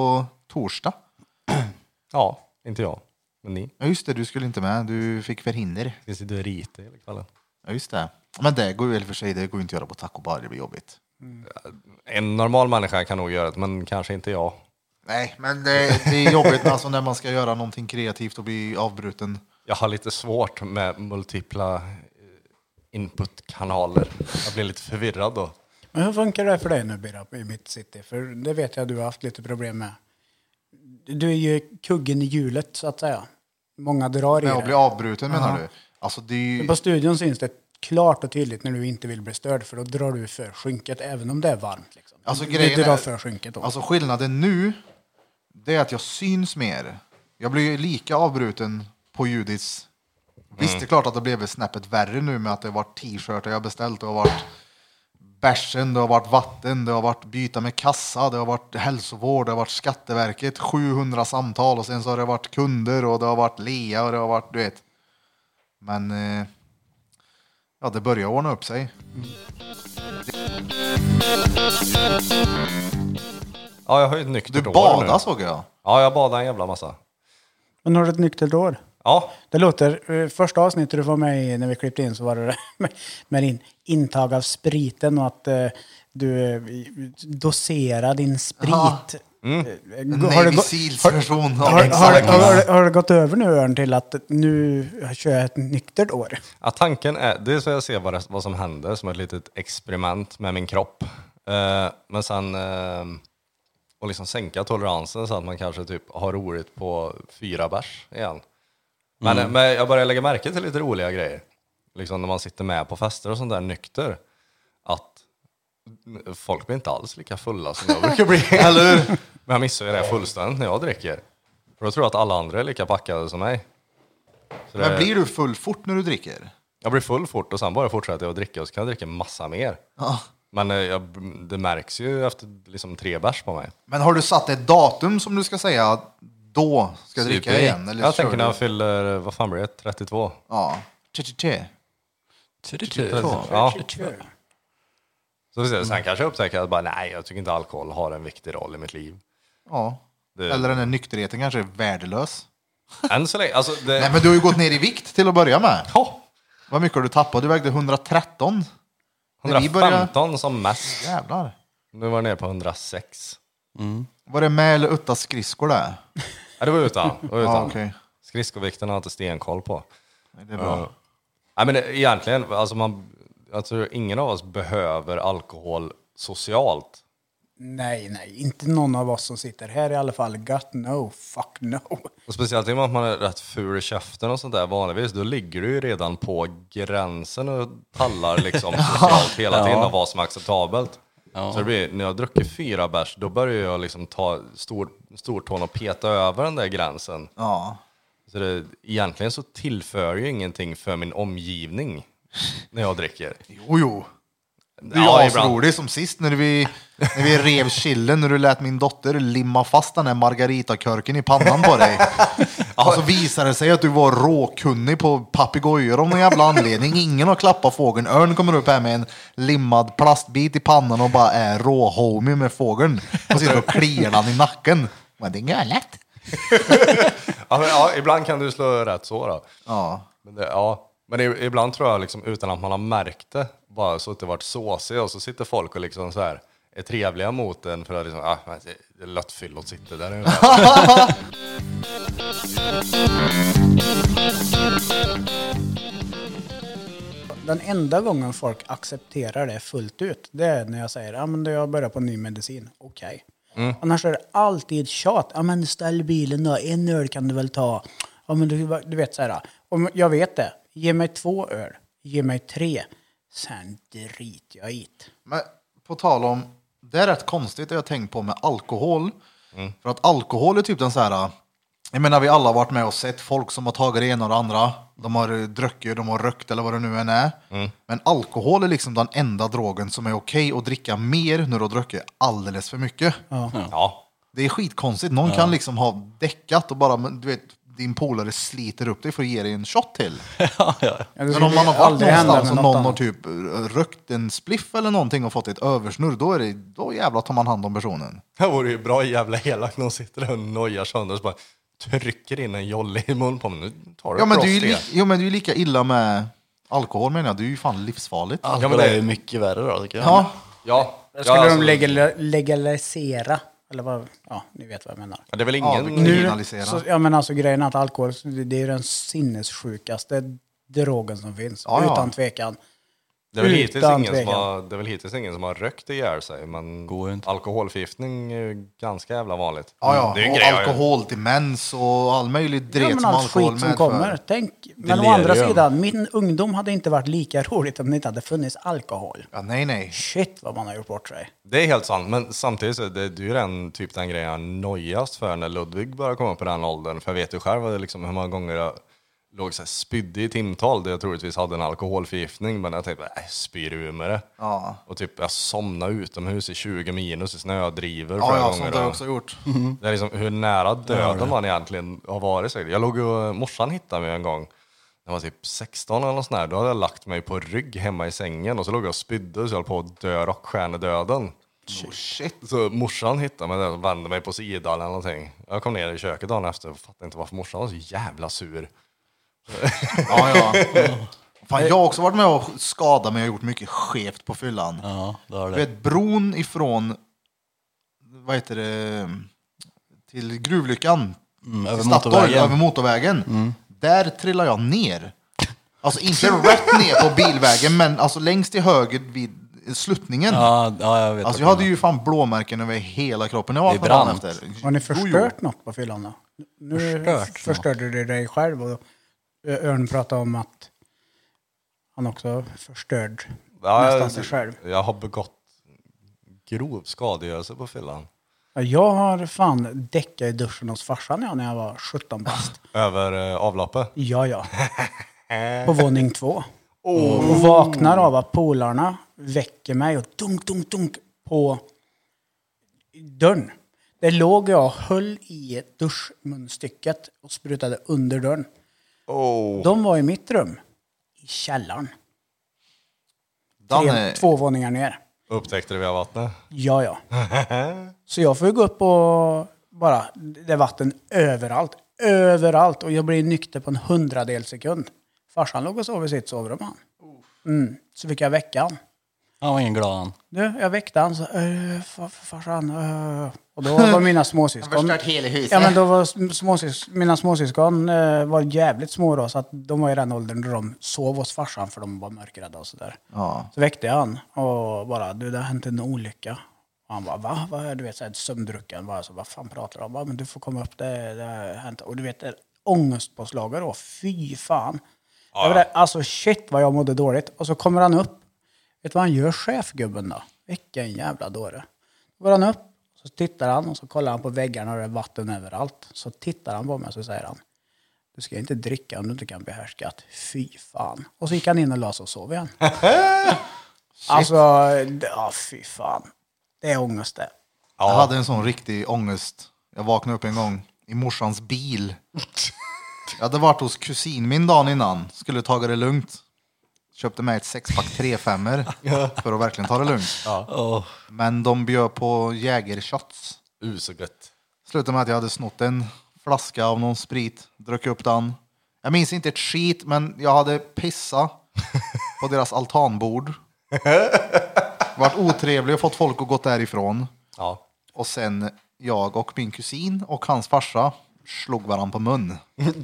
torsdag. Ja, inte jag. Men ni. Ja just det, du skulle inte med. Du fick förhinder. Vi sitter och ritar hela kvällen. Ja just det. Men det går ju för sig, det går inte att göra på taco bar, det blir jobbigt. Mm. En normal människa kan nog göra det, men kanske inte jag. Nej, men det, det är jobbigt alltså, när man ska göra någonting kreativt och bli avbruten. Jag har lite svårt med multipla inputkanaler. Jag blir lite förvirrad då. Men hur funkar det för dig nu, Birra, i Mitt City? För det vet jag att du har haft lite problem med. Du är ju kuggen i hjulet, så att säga. Många drar i Med att det. bli avbruten, menar Ja. du? Alltså, det är ju... Men på studion syns det klart och tydligt när du inte vill bli störd, för då drar du för skynket även om det är varmt. Liksom. Alltså, du, grejen du drar är- för skynket då. Alltså skillnaden nu, det är att jag syns mer. Jag blir ju lika avbruten på Judits. Visst, det är klart att det blev snäppet värre nu med att det har varit t-shirtar jag har beställt. Det har varit bärsen, det har varit vatten, det har varit byta med kassa, det har varit hälsovård, det har varit Skatteverket, sjuhundra samtal och sen så har det varit kunder och det har varit Lea och det har varit, du vet. Men eh, ja, det börjar ordna upp sig. Ja, jag har ju ett nyktert Du år badar nu. såg jag. Ja, jag badar en jävla massa. Men har du ett nyktert år? Ja, Det låter, eh, första avsnittet du var med i när vi klippte in så var det med, med din intag av spriten och att eh, du eh, doserar din sprit. Ja. Mm. En Har, Navy det gå- Seals har, version av har, har, exakt. har, har det gått över nu, Örn, till att nu kör jag ett nyktert år? ja, tanken är, det är så jag ser vad, det, vad som händer som ett litet experiment med min kropp. Eh, men sen eh, och liksom sänka toleransen så att man kanske typ har roligt på fyra bärs igen. Men, Mm. men jag börjar lägga märke till lite roliga grejer. Liksom när man sitter med på fester och sånt där nykter. Att folk blir inte alls lika fulla som jag brukar bli. Eller hur? Men jag missar ju det fullständigt när jag dricker. För då tror jag att alla andra är lika packade som mig. Så det, Men blir du full fort när du dricker? jag blir full fort och sen bara fortsätter jag att dricka och så kan jag dricka massa mer. Ja. Men eh, jag, det märks ju efter liksom tre bärs på mig. Men har du satt ett datum som du ska säga då ska jag dricka Super. igen? Eller jag kör tänker när du? jag fyller, vad fan blir det, trettiotvå? Ja. trettiotre. Ja. Så vi ser, sen kanske jag upptäcker att bara, nej, jag tycker inte alkohol har en viktig roll i mitt liv. Ja. Det- Eller den här nykterheten kanske är värdelös. Än så länge, alltså det... Nej, men du har ju gått ner i vikt till att börja med. Ja, Vad mycket har du tappat? Du vägde hundratretton. När vi började- hundrafemton som mest. Jävlar. Nu var jag nere på hundrasex. Var det med eller utan skridskor där? Ja, det var utan. Det var utan. Ja, okej. Skridskovikten har jag inte stenkoll på. Nej, det är bra. Nej, men det, egentligen, alltså man, jag tror ingen av oss behöver alkohol socialt. Nej, nej, inte någon av oss som sitter här i alla fall. God no, fuck no. Och speciellt i och med att man är rätt ful i käften och sånt där vanligtvis, då ligger du ju redan på gränsen och tallar liksom socialt hela tiden av vad som är acceptabelt. Ja. Så det blir, när jag druckit fyra bärs, då börjar jag liksom ta stor, stortån och peta över den där gränsen. Ja. Så det, egentligen så tillför ju ingenting för min omgivning när jag dricker. Jo, jo. Du är Ja, ju ibland. asrolig som sist när vi, när vi rev chillen när du lät min dotter limma fast den här margaritakörken i pannan på dig. Och så visade det sig att du var råkunnig på papegojor om någon jävla anledning. Ingen har klappat fågeln. Örn kommer upp här med en limmad plastbit i pannan och bara är råhomie med fågeln. Och sitter och kliar den i nacken. Men det är galet. Ja, men, ja, ibland kan du slå rätt så då. Ja. Men, det, ja. men det, ibland tror jag liksom, utan att man har märkt det, bara så att det varit såsig och så sitter folk och liksom så här är trevliga mot en för att liksom, ah, det är löttfyllot sitter där. Den enda gången folk accepterar det fullt ut, det är när jag säger, ja men jag börjar på ny medicin. Okej. Mm. Annars är det alltid tjat. Ja men ställ bilen då, en öl kan du väl ta. Ja men du, du vet så här. Om jag vet det, ge mig två öl, ge mig tre. Sen drit jag i det. Men på tal om, det är rätt konstigt det jag tänkt på med alkohol. För att alkohol är typ den så här, jag menar vi alla har varit med och sett folk som har tagit det ena och det andra. De har druckit, de har rökt eller vad det nu än är. Men alkohol är liksom den enda drogen som är okej att dricka mer när du har druckit alldeles för mycket. Ja. Det är skitkonstigt. Någon kan liksom ha däckat och bara, men du vet, din polare sliter upp dig för att ge dig en shot till. ja, ja. Ja, det Men skulle om man har varit aldrig hända någonstans med och något någon har annat. typ rökt en spliff eller någonting och fått ett översnurr, då är det, då jävla tar man hand om personen. Det vore ju bra jävla elakt när de sitter där och nojar sönder och så bara trycker in en jolle i mun på mig. Nu tar du Ja men, ett det är ju plåster. li- jo, men det är ju lika illa med alkohol menar jag. Det är ju fan livsfarligt. Alkohol Ja, men det- är ju mycket värre då tycker jag. Ja, Ja, Det skulle ja, de alltså, legal- legalisera. Eller vad, ja, ni vet vad jag menar. det är väl ja, ingen... vi Nu, kriminalisera. så, ja men alltså grejen är att alkohol, det är ju den sinnessjukaste drogen som finns. Ja, ja. Utan tvekan. Det är, väl hittills Utan ingen som tvekan. har, det är väl hittills ingen som har rökt ihjäl sig, men Går ju inte. alkoholförgiftning är ju ganska jävla vanligt. Ja, ja. Det är en Och grej. alkohol till mens och all möjlig dret Ja, men som allt alkohol skit som medför. kommer. Tänk, men å leder andra ju. sidan, min ungdom hade inte varit lika roligt om det inte hade funnits alkohol. Ja, nej, nej. Shit vad man har gjort bort sig. Det är helt sant, men samtidigt så är det, det är ju den, typ den grejen jag nojast för när Ludvig börjar komma på den åldern. För jag vet ju själv vad det liksom, hur många gånger jag låg så här spydde i timtal där jag troligtvis hade en alkoholförgiftning, men jag tänkte, nej, spyr ur med det. Ja, Och typ jag somnade utomhus i tjugo minus i snödriver ja, flera ja gånger. sånt har jag och- också gjort. Det är liksom hur nära döden man egentligen har varit. sig. Jag låg och, morsan hittade mig en gång. Jag var typ sexton eller något sånt där. Då hade jag lagt mig på rygg hemma i sängen och så låg jag och spydde så jag höll på att dö rockstjärnedöden. Oh, shit. Så morsan hittade mig där och vände mig på sidan eller någonting. Jag kom ner i köket dagen efter och fattade inte varför morsan var så jävla sur. Ja, ja. Fan, jag har också varit med och skadat mig och gjort mycket skevt på fyllan. Ja, det har Du det. vet, bron ifrån, vad heter det, till Gruvlyckan. Mm, över till Statoil, motorvägen. över motorvägen. Där trillar jag ner. Alltså inte rätt ner på bilvägen, men alltså längst till höger vid sluttningen. Ja, ja, jag vet. Alltså vad jag du hade ju fan blåmärken över hela kroppen. Jag var Det är på dagen brant. efter. Har ni Jo, jo. förstört något på fyllan då? Nu Förstört förstörde du dig själv och Örn pratade om att han också förstörd nästan sig själv. Jag har begått grov skadegörelse på fyllan. Ja, jag har fan däckat i duschen hos farsan ja, när jag var sjutton bast. Över eh, avloppet. Ja, ja. På våning två. Och vaknar av att polarna väcker mig och dunk, dunk, dunk på dörren. Där låg jag och höll i duschmunstycket och sprutade under dörren. Oh. De var i mitt rum. I källaren. Tre, Danne, två våningar ner. Upptäckte du via vattnet? Ja, ja. Så jag får ju gå upp och bara, det är vatten överallt. Överallt. Och jag blir nykter på en hundradel sekund. Farsan låg och sov i sitt sovrum han. Mm. Så fick jag väcka han. Han var ingen glad han. Du, jag väckte han så, äh, far, farsan. Äh. Och då var mina småsyskon. hela huset. Ja, men då var småsys, mina småsyskon äh, var jävligt små då. Så att de var i den åldern då de sov hos farsan för de var mörkrädda och sådär. Ja. Så väckte jag han och bara, du det har hänt en olycka. Och han bara, va? Vad är du vet, så här, sömndrucken. Bara, så, vad fan pratar du om? Bara, men du får komma upp, det, det har hänt. Och du vet, det är ångestpåslag då, fy fan. Ja. Jag vet, alltså shit vad jag mådde dåligt. Och så kommer han upp. Vet du vad han gör, chefgubben då? Vilken jävla dåre. Då går han upp, så tittar han och så kollar han på väggarna och det är vatten överallt. Så tittar han på mig och så säger han, du ska inte dricka om du inte kan behärska att fy fan. Och så gick han in och la sig och sov igen. Alltså, det- ja fy fan. Det är ångest det. Jag hade en sån riktig ångest. Jag vaknade upp en gång i morsans bil. Jag hade varit hos kusin min dagen innan. Skulle ta det lugnt. Köpte med ett sexpack tre femmer för att verkligen ta det lugnt. Oh. Men de bjöd på jägershots. Uh, så gött. Slutade med att jag hade snott en flaska av någon sprit. Drack upp den. Jag minns inte ett skit, men jag hade pissat på deras altanbord. Varit otrevlig och fått folk att gå därifrån. Ja. Och sen jag och min kusin och hans farsa slog varann på mun.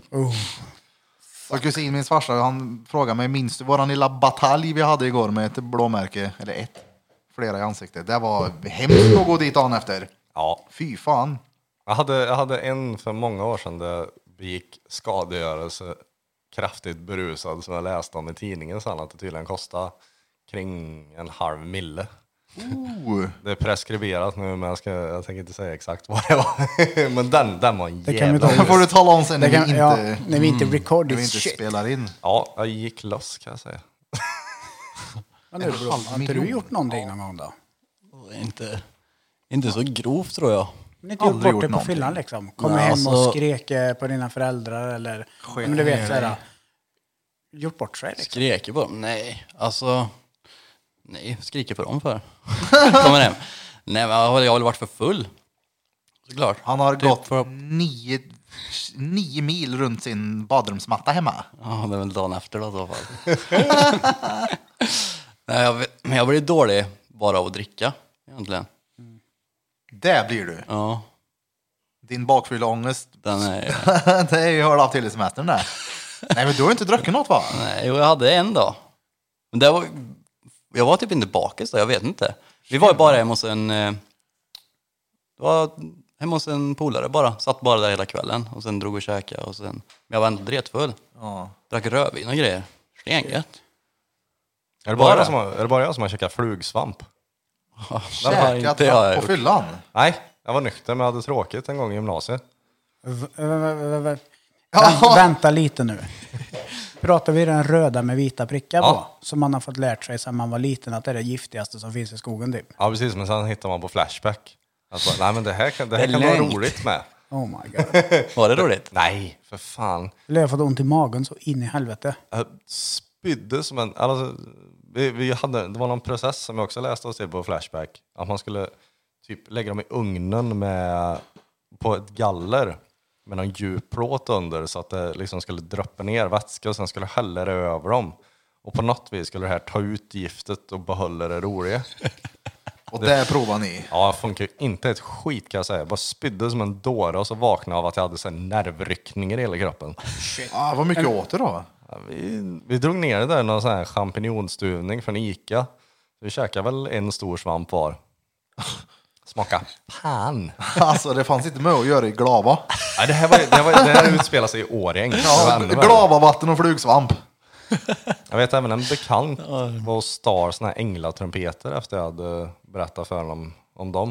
Och kusin, min farsa, han frågade mig, minns du våran lilla batalj vi hade igår med ett blåmärke, eller ett, flera i ansiktet. Det var hemskt att gå dit dagen efter. Ja. Fy fan. Jag hade, jag hade en för många år sedan där jag begick skadegörelse kraftigt berusad som jag läste om i tidningen sen att det tydligen kostade kring en halv mille. Oh. Det är preskriberat nu men jag, ska, jag tänker inte säga exakt vad det var. Men den, den var en Det kan vi jävla... ta. Det får du tala om sen när, Det kan, vi inte, ja, när vi inte record när vi this inte shit. spelar in. Ja, jag gick loss kan jag säga. Men nu, bro, har inte du gjort någonting någon gång då? Inte, inte så grovt tror jag. Ni inte gjort Aldrig bort det gjort på någonting. fyllan liksom. Kommer Nej, hem alltså- och skrek eh, på dina föräldrar eller... Men du vet såhär... Gjort bort sig liksom. Skriker på dem? Nej, alltså... Nej, skriker på dem för. Kommer hem. Nej, men jag har jag har varit för full. Såklart. Han har Typ gått för- nio, nio mil runt sin badrumsmatta hemma. Ja, det är väl dagen efter då i så fall. Nej, jag, vet- men jag blir dålig bara av att dricka, egentligen. Där blir du. Ja, Din bakfylleångest. den är... Det är ju hörde av till i semestern där. Nej, men du har inte druckit något va? Nej, jo, jag hade en dag. Men det var... Jag var typ inte bakis då, jag vet inte. Vi var ju bara hemma hos en... eh, Det var hemma hos en polare bara. Satt bara där hela kvällen. Och sen drog och käkade. Och sen... Men jag var ändå dretfull. Ja. Drack rödvin och grejer. Stengött. Är det bara, Bara? jag som har, är det bara jag som har käkat flugsvamp? Käkat det har jag på gjort. fyllan. Nej, jag var nykter men jag hade tråkigt en gång i gymnasiet. V- v- v- v- Vänt, vänta lite nu. Pratar vi den röda med vita prickar på? Ja. Som man har fått lärt sig sedan man var liten att det är det giftigaste som finns i skogen typ. Ja precis, men sen hittar man på Flashback. Alltså, nej men det här kan, det här Det är kan vara längt. roligt med. Oh my god. Var det roligt? Nej, för fan. Eller jag har fått ont i magen så in i helvete. Jag spydde som en... Alltså, vi, vi hade, det var någon process som jag också läste oss till på Flashback. Att man skulle typ lägga dem i ugnen med, på ett galler med någon djup plåt under så att det liksom skulle droppa ner vätska och sen skulle hälla det över dem. Och på något vis skulle det här ta ut giftet och behålla det roliga. Och där provar ni. Ja, det funkar ju inte ett skit kan jag säga. Jag bara spydde som en dåre och så vaknade jag av att jag hade så här nervryckningar i hela kroppen. Ah, vad mycket åt du då? Ja, vi, vi drog ner det där någon sån här champinjonstuvning från Ica. Vi käkade väl en stor svamp var. Smaka pan. Alltså det fanns inte med att göra i glava. Nej, det här, var, det här, var, det här utspelar sig i Årjäng. Det var Ja, ännu värre. glava, vatten och flugsvamp. Jag vet även en bekant var hos Star såna här änglatrumpeter efter jag hade berättat för honom om dem.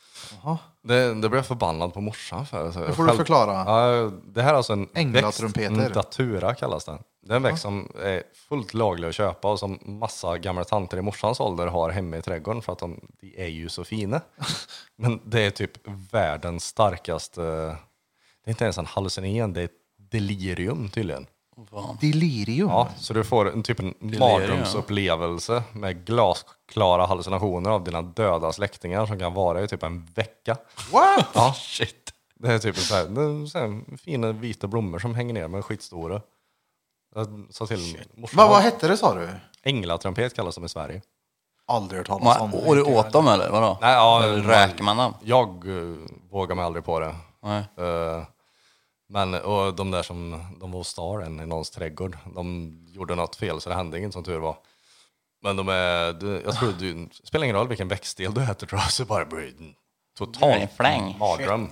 Det, det blev jag förbannad på morsan för. Så Det får du förklara. Ja, det här är alltså en Änglatrumpeter. växt, en datura kallas den. Det är en växt som är fullt laglig att köpa och som massa gamla tanter i morsans ålder har hemma i trädgården för att de, de är ju så fina. Men det är typ världens starkaste, det är inte ens en hallucinogen, det är ett delirium tydligen. Delirium. Ja, så du får en typ en Delirium, mardrömsupplevelse med glasklara hallucinationer av dina döda släktingar som kan vara i typ en vecka. What? Ja, shit. Det är typ så här, det är så här fina vita blommor som hänger ner med skitstora. Jag sa till morsan. Men vad hette det sa du? Änglatrumpet kallas de i Sverige. Aldrig hört talas om. Och du åt dem eller vadå? Nej, ja, eller räker man dem? Jag uh, vågar mig aldrig på det. Nej. Uh, men och de där som de var hos Star en i någons trädgård, de gjorde något fel så det hände inget som tur var. Men de är, du, jag tror du, det spelar ingen roll vilken växtdel du äter tror jag, så bara blir det Det är en totalt fläng. mardröm.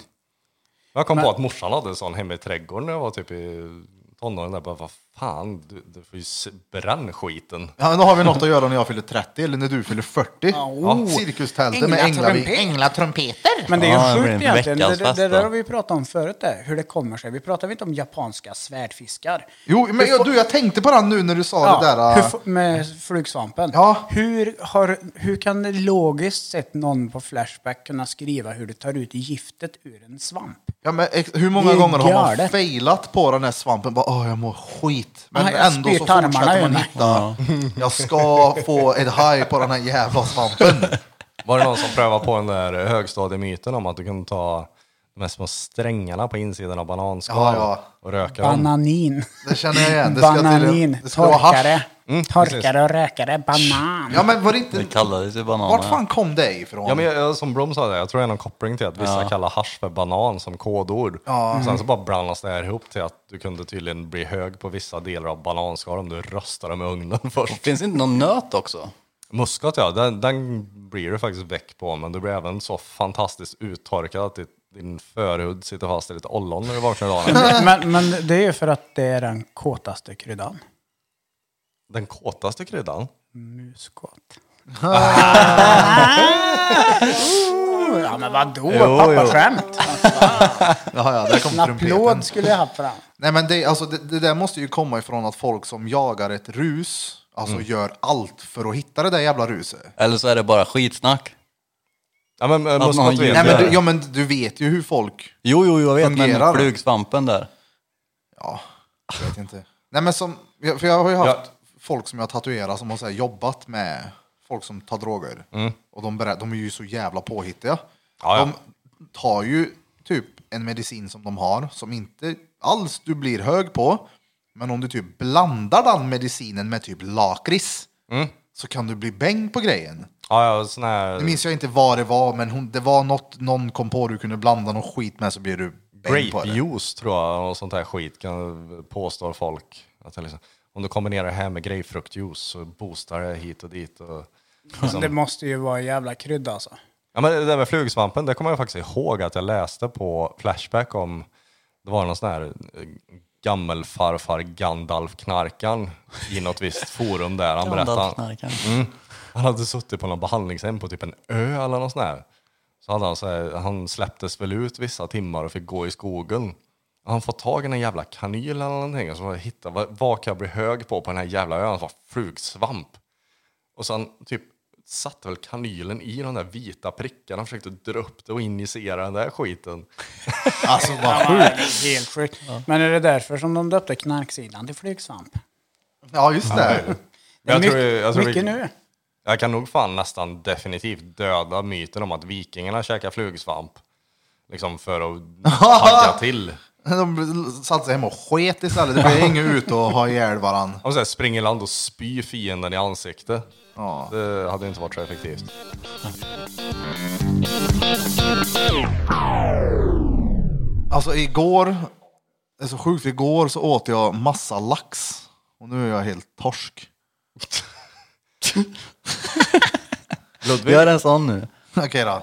Jag kom Men- på att morsan hade en sån hemma i trädgården när jag var typ i tonåren där. Bara, vad fan, du, du får ju se- bränn skiten. Ja, men då har vi något att göra när jag fyller trettio eller när du fyller fyrtio. Oh. Cirkustältet med änglavi- änglatrumpeter. Men det är ju Ja, det blir sjukt en egentligen. Det, veckans det, fest det då. där har vi pratat om förut där, hur det kommer sig. Vi pratar inte om japanska svärdfiskar. Jo, men jag, du, jag tänkte på den nu när du sa Ja, det där. hur, äh, f- med flugsvampen. Ja. Hur, har, hur kan logiskt sett någon på Flashback kunna skriva hur du tar ut giftet ur en svamp? Ja, men ex- hur många Det är gånger har man galet. failat på den här svampen? Bara, åh, jag mår skit. Men Ja, jag ändå spyr så tarmarna fortsätter ur man mig. hitta. Jag ska få ett haj på den här jävla svampen. Var det någon som prövade på den där högstadiemyten om att du kunde ta de här små strängarna på insidan av bananskal Ja, ja. och röka dem? Bananin. Det känner jag igen. Det ska Bananin. till- det ska vara hasch. Torkare. Mm, Torkare och rökare. Banan. Ja, men var det inte... Det kallades ju banan. Vart fan kom det ifrån? Ja, men jag, som Blom sa det, jag tror det är någon koppling till att vissa kallar hasch för banan som kodord. Ja. Sen så bara blandas det här ihop till att du kunde tydligen bli hög på vissa delar av bananskal om du röstar dem i ugnen först. Finns det inte någon nöt också? Muskat ja, den, den blir du faktiskt väck på, men du blir även så fantastiskt uttorkad att ditt, din förhud sitter fast i lite ollon när du vaknar dagen. Men, men det är ju för att det är den kåtaste kryddan. Den kåtaste kryddan? Muskåt. Oh, ja men vadå? Pappa skämt. Ja, ja, där kom En trumpeten. applåd skulle jag haft för den. Nej, men det, alltså, det, det där måste ju komma ifrån att folk som jagar ett rus, alltså gör allt för att hitta det där jävla ruset. Eller så är det bara skitsnack. Ja, men Att muskot man vet Nej, men jag. du, ja, men du vet ju hur folk... Jo, jo, jag vet, Fungerar. men flugsvampen där. Ja, jag vet inte. Nej, men som... För jag har ju haft Ja. folk som jag tatuerar som har så här, jobbat med folk som tar droger. Och de, berä- de är ju så jävla påhittiga. Ja, ja. De tar ju typ en medicin som de har som inte alls du blir hög på. Men om du typ blandar den medicinen med typ lakrits så kan du bli bäng på grejen. Ja, ja, sån här Nu minns jag inte vad det var, men hon, det var något någon kom på du kunde blanda någon skit med så blir du bäng på det. grapejuice tror jag och sånt här skit kan påstår folk. Att det liksom, om du kombinerar det här med grapefruktjuice så boostar det hit och dit. Och, liksom. Det måste ju vara en jävla krydda alltså. Ja, men det där med flugsvampen, det kommer jag faktiskt ihåg att jag läste på Flashback om. Det var någon sån här gammelfarfar Gandalf-knarkan i något visst forum där. Han berättade. Mm, han hade suttit på någon behandlingshem på typ en ö eller något sånt där. Så hade han så här, han släpptes väl ut vissa timmar och fick gå i skogen. Och han fått tag i en jävla kanyl eller någonting och så hittade vad, vad kan jag bli hög på på den här jävla ön? Det var flugsvamp. Och sen typ satte väl kanylen i de där vita prickarna och försökte dra upp det och injicera den där skiten. Alltså vad Ja, sjukt. helt sjukt. Men är det därför som de döpte knarksidan till flygsvamp? Ja, just det. Det är Jag tror- mycket, jag tror vi- mycket nu. Jag kan nog fan nästan definitivt döda myten om att vikingarna käkar flugsvamp. Liksom för att tagga till. De satt sig hemma och sket istället. Det blev ingen ut och ha ihjäl varann. Och så här, springa i land och spy fienden i ansiktet. Ja. Det hade inte varit så effektivt. Alltså igår, det är så sjukt, för igår så åt jag massa lax. Och nu är jag helt torsk. Ludvig, Gör en sån nu. Okej då.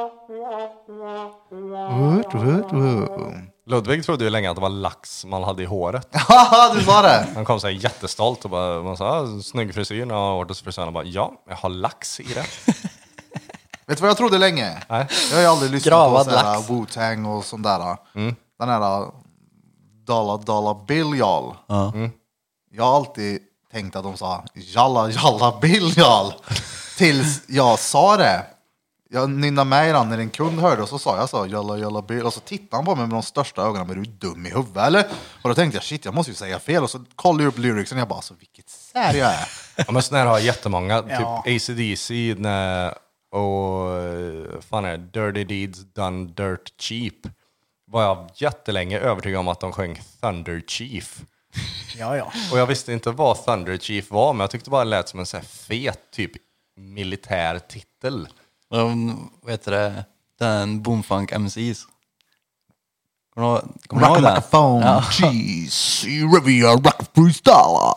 Ludvig trodde ju länge att det var lax man hade i håret. Haha, du sa det! Han kom så här jättestolt och bara, man sa, ah, snygg frisyr när jag var hos frisören och bara, ja, jag har lax i det. Vet du vad jag trodde länge? Nej. Jag har ju aldrig lyssnat Gravad på sådär lax. Wu-Tang och sånt där. Den här Dollar Dollar Bill Y'all. Ja. Jag har alltid tänkt att de sa Jalla Jalla Bill Y'all. Tills jag sa det. Jag nynnade med i den när en kund hörde och så sa jag så Jalla Jalla Bill. Och så tittade han på mig med de största ögonen. Men är du dum i huvudet eller? Och då tänkte jag shit, jag måste ju säga fel. Och så kollade jag upp lyricsen och jag bara så vilket sär jag är. Ja, men sån här har jag jättemånga. Ja. Typ A C D C nej, och eh, fan är det? Dirty Deeds Done Dirt Cheap. Var jag jättelänge övertygad om att de sjöng Thunder Chief. Ja, ja. Och jag visste inte vad Thunder Chief var, men jag tyckte bara det lät som en så här fet typ militär titel. Um, vad heter det? Den Boomfunk M Cs. Kommer du ihåg- kommer du ihåg den? Microphone, Ja. cheese, Rivia, rock freestyle.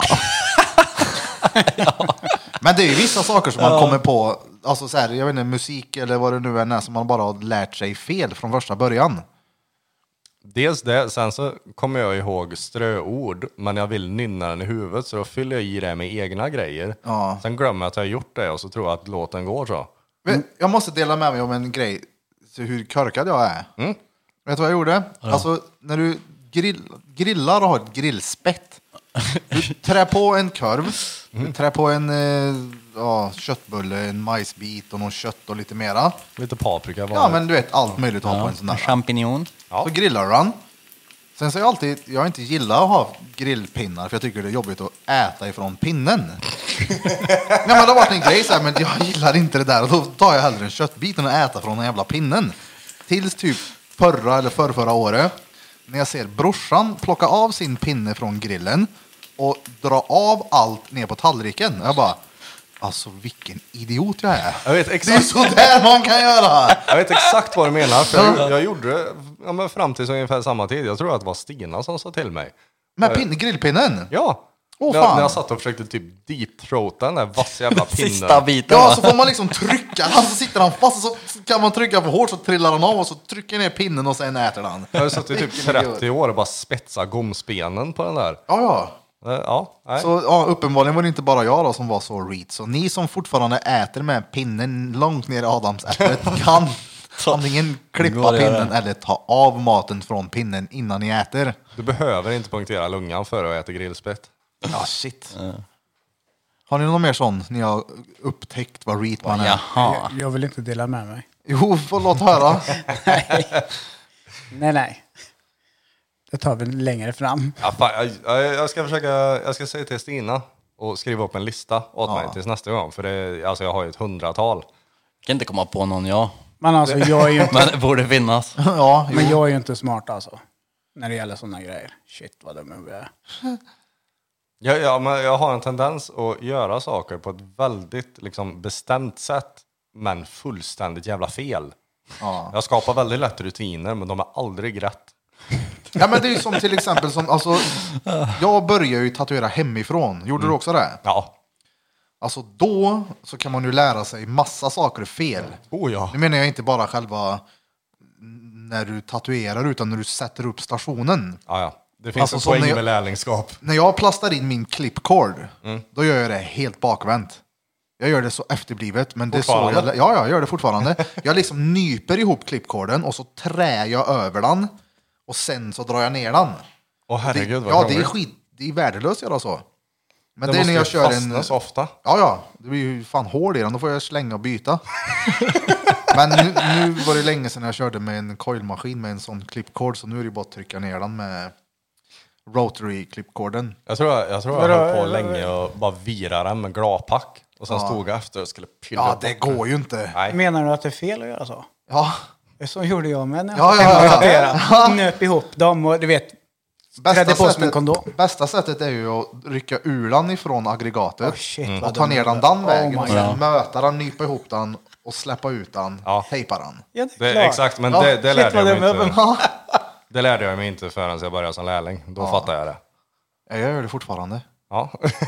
Men det är ju vissa saker som man kommer på, alltså så här, jag vet inte, musik eller vad det nu än är som man bara har lärt sig fel från första början. Dels det, sen så kommer jag ihåg ströord, men jag vill nynna den i huvudet så då fyller jag i det med egna grejer. Ja. Sen glömmer jag att jag har gjort det och så tror jag att låten går så. Men jag måste dela med mig om en grej, så hur körkad jag är. Mm. Vet du vad jag gjorde? Alltså, när du grill, grillar och har ett grillspett, du trär på en korv, du trär på en eh, ja, köttbulle, en majsbit och någon kött och lite mera. Lite paprika. Ja, men du vet, allt möjligt att ha på en sån där. Champignon. Så grillar du den. Sen så har jag alltid, jag har inte gillat att ha grillpinnar för jag tycker det är jobbigt att äta ifrån pinnen. Nej, men det har varit en grej så här, men jag gillar inte det där och då tar jag hellre en köttbit än att äta från den jävla pinnen. Tills typ förra eller förrförra året när jag ser brorsan plocka av sin pinne från grillen och dra av allt ner på tallriken. Jag bara, alltså vilken idiot jag är. Jag vet Det är exakt, så där man kan göra. jag vet exakt vad du menar, för jag, jag gjorde det ja, men fram till så ungefär samma tid. Jag tror att det var Stina som sa till mig. Med pinne, grillpinnen. Ja, Åh, när, jag- fan. när jag satt och försökte typ deep-throata den där vassa jävla pinnen. Sista biten. Ja, va? så får man liksom trycka den, så sitter han fast och så kan man trycka för hårt så trillar han av och så trycker ner pinnen och sen äter han. Jag har suttit typ Vilken idiot. trettio år och bara spetsa gomspenen på den där. Ja, ja. Eh, Ja, nej. Så ja, uppenbarligen var det inte bara jag då som var så reet. Så ni som fortfarande äter med pinnen långt ner i adamsäpplet kan antingen klippa Går det pinnen göra? eller ta av maten från pinnen innan ni äter. Du behöver inte punktera lungan före att äta grillspett. Ja, shit. Har ni någon mer sån ni har upptäckt vad Reetman är? Jaha. Jag, jag vill inte dela med mig. Jo, får låt höra. Nej, nej. Det tar vi längre fram. Ja, fan, jag, jag ska försöka, jag ska säga till Stina och skriva upp en lista åt Ja. mig tills nästa gång. För det, alltså jag har ju ett hundratal. Jag kan inte komma på någon jag. Men alltså, jag är ju inte, Men det borde finnas. Ja, jo. men jag är ju inte smart alltså. När det gäller sådana grejer. Shit vad dum jag är. Jag, ja, men jag har en tendens att göra saker på ett väldigt liksom, bestämt sätt. Men fullständigt jävla fel. Ja. Jag skapar väldigt lätt rutiner, men de är aldrig rätt. Ja, men det är ju som till exempel som, alltså, jag börjar ju tatuera hemifrån. Gjorde du också det? Ja. Alltså då så kan man ju lära sig massa saker fel. Oh ja. Nu menar jag inte bara själva när du tatuerar utan när du sätter upp stationen. Ja, ja. Det finns Alltså, en som poäng när jag- med lärlingskap. När jag plastar in min clipcord, då gör jag det helt bakvänt. Jag gör det så efterblivet, men det är så jag, Fortfarande? ja, ja, jag gör det fortfarande. Jag liksom nyper ihop clipcorden och så trär jag över den och sen så drar jag ner den. Åh herregud, vad Ja, det är krångligt. skit, det är värdelöst att göra så. Men Det det, är måste när ju jag kör fastna en... så ofta. Ja, ja, det blir ju fan hål i den, då får jag slänga och byta. Men nu, nu var det länge sedan jag körde med en coilmaskin med en sån clipcord, så nu är det bara att trycka ner den med rotary clipcorden. Jag tror jag, jag, tror jag Vadå, höll på eller- länge och bara vira den med glapack. Och sen Ja. stod jag efter och skulle pylla Ja, bort det den. går ju inte. Nej. Menar du att det är fel att göra så? Ja, Så gjorde jag med när Ja, jag ja, ja, ja. tatuerade. Nöp ihop dem och du vet, trädde på som en kondom. bästa sättet är ju att rycka ur den ifrån aggregatet Oh, shit, vad och ta ner dum den jag den är. vägen Oh och my sen God. möta den, nypa ihop den och släppa ut den, Ja. tejpa den. Ja, det Det, är klart. exakt, men Ja, det, det, shit, lärde jag vad mig dum jag inte, är. det lärde jag mig inte förrän jag började som lärling. Då fattade jag det. Ja, jag gör det fortfarande. Ja.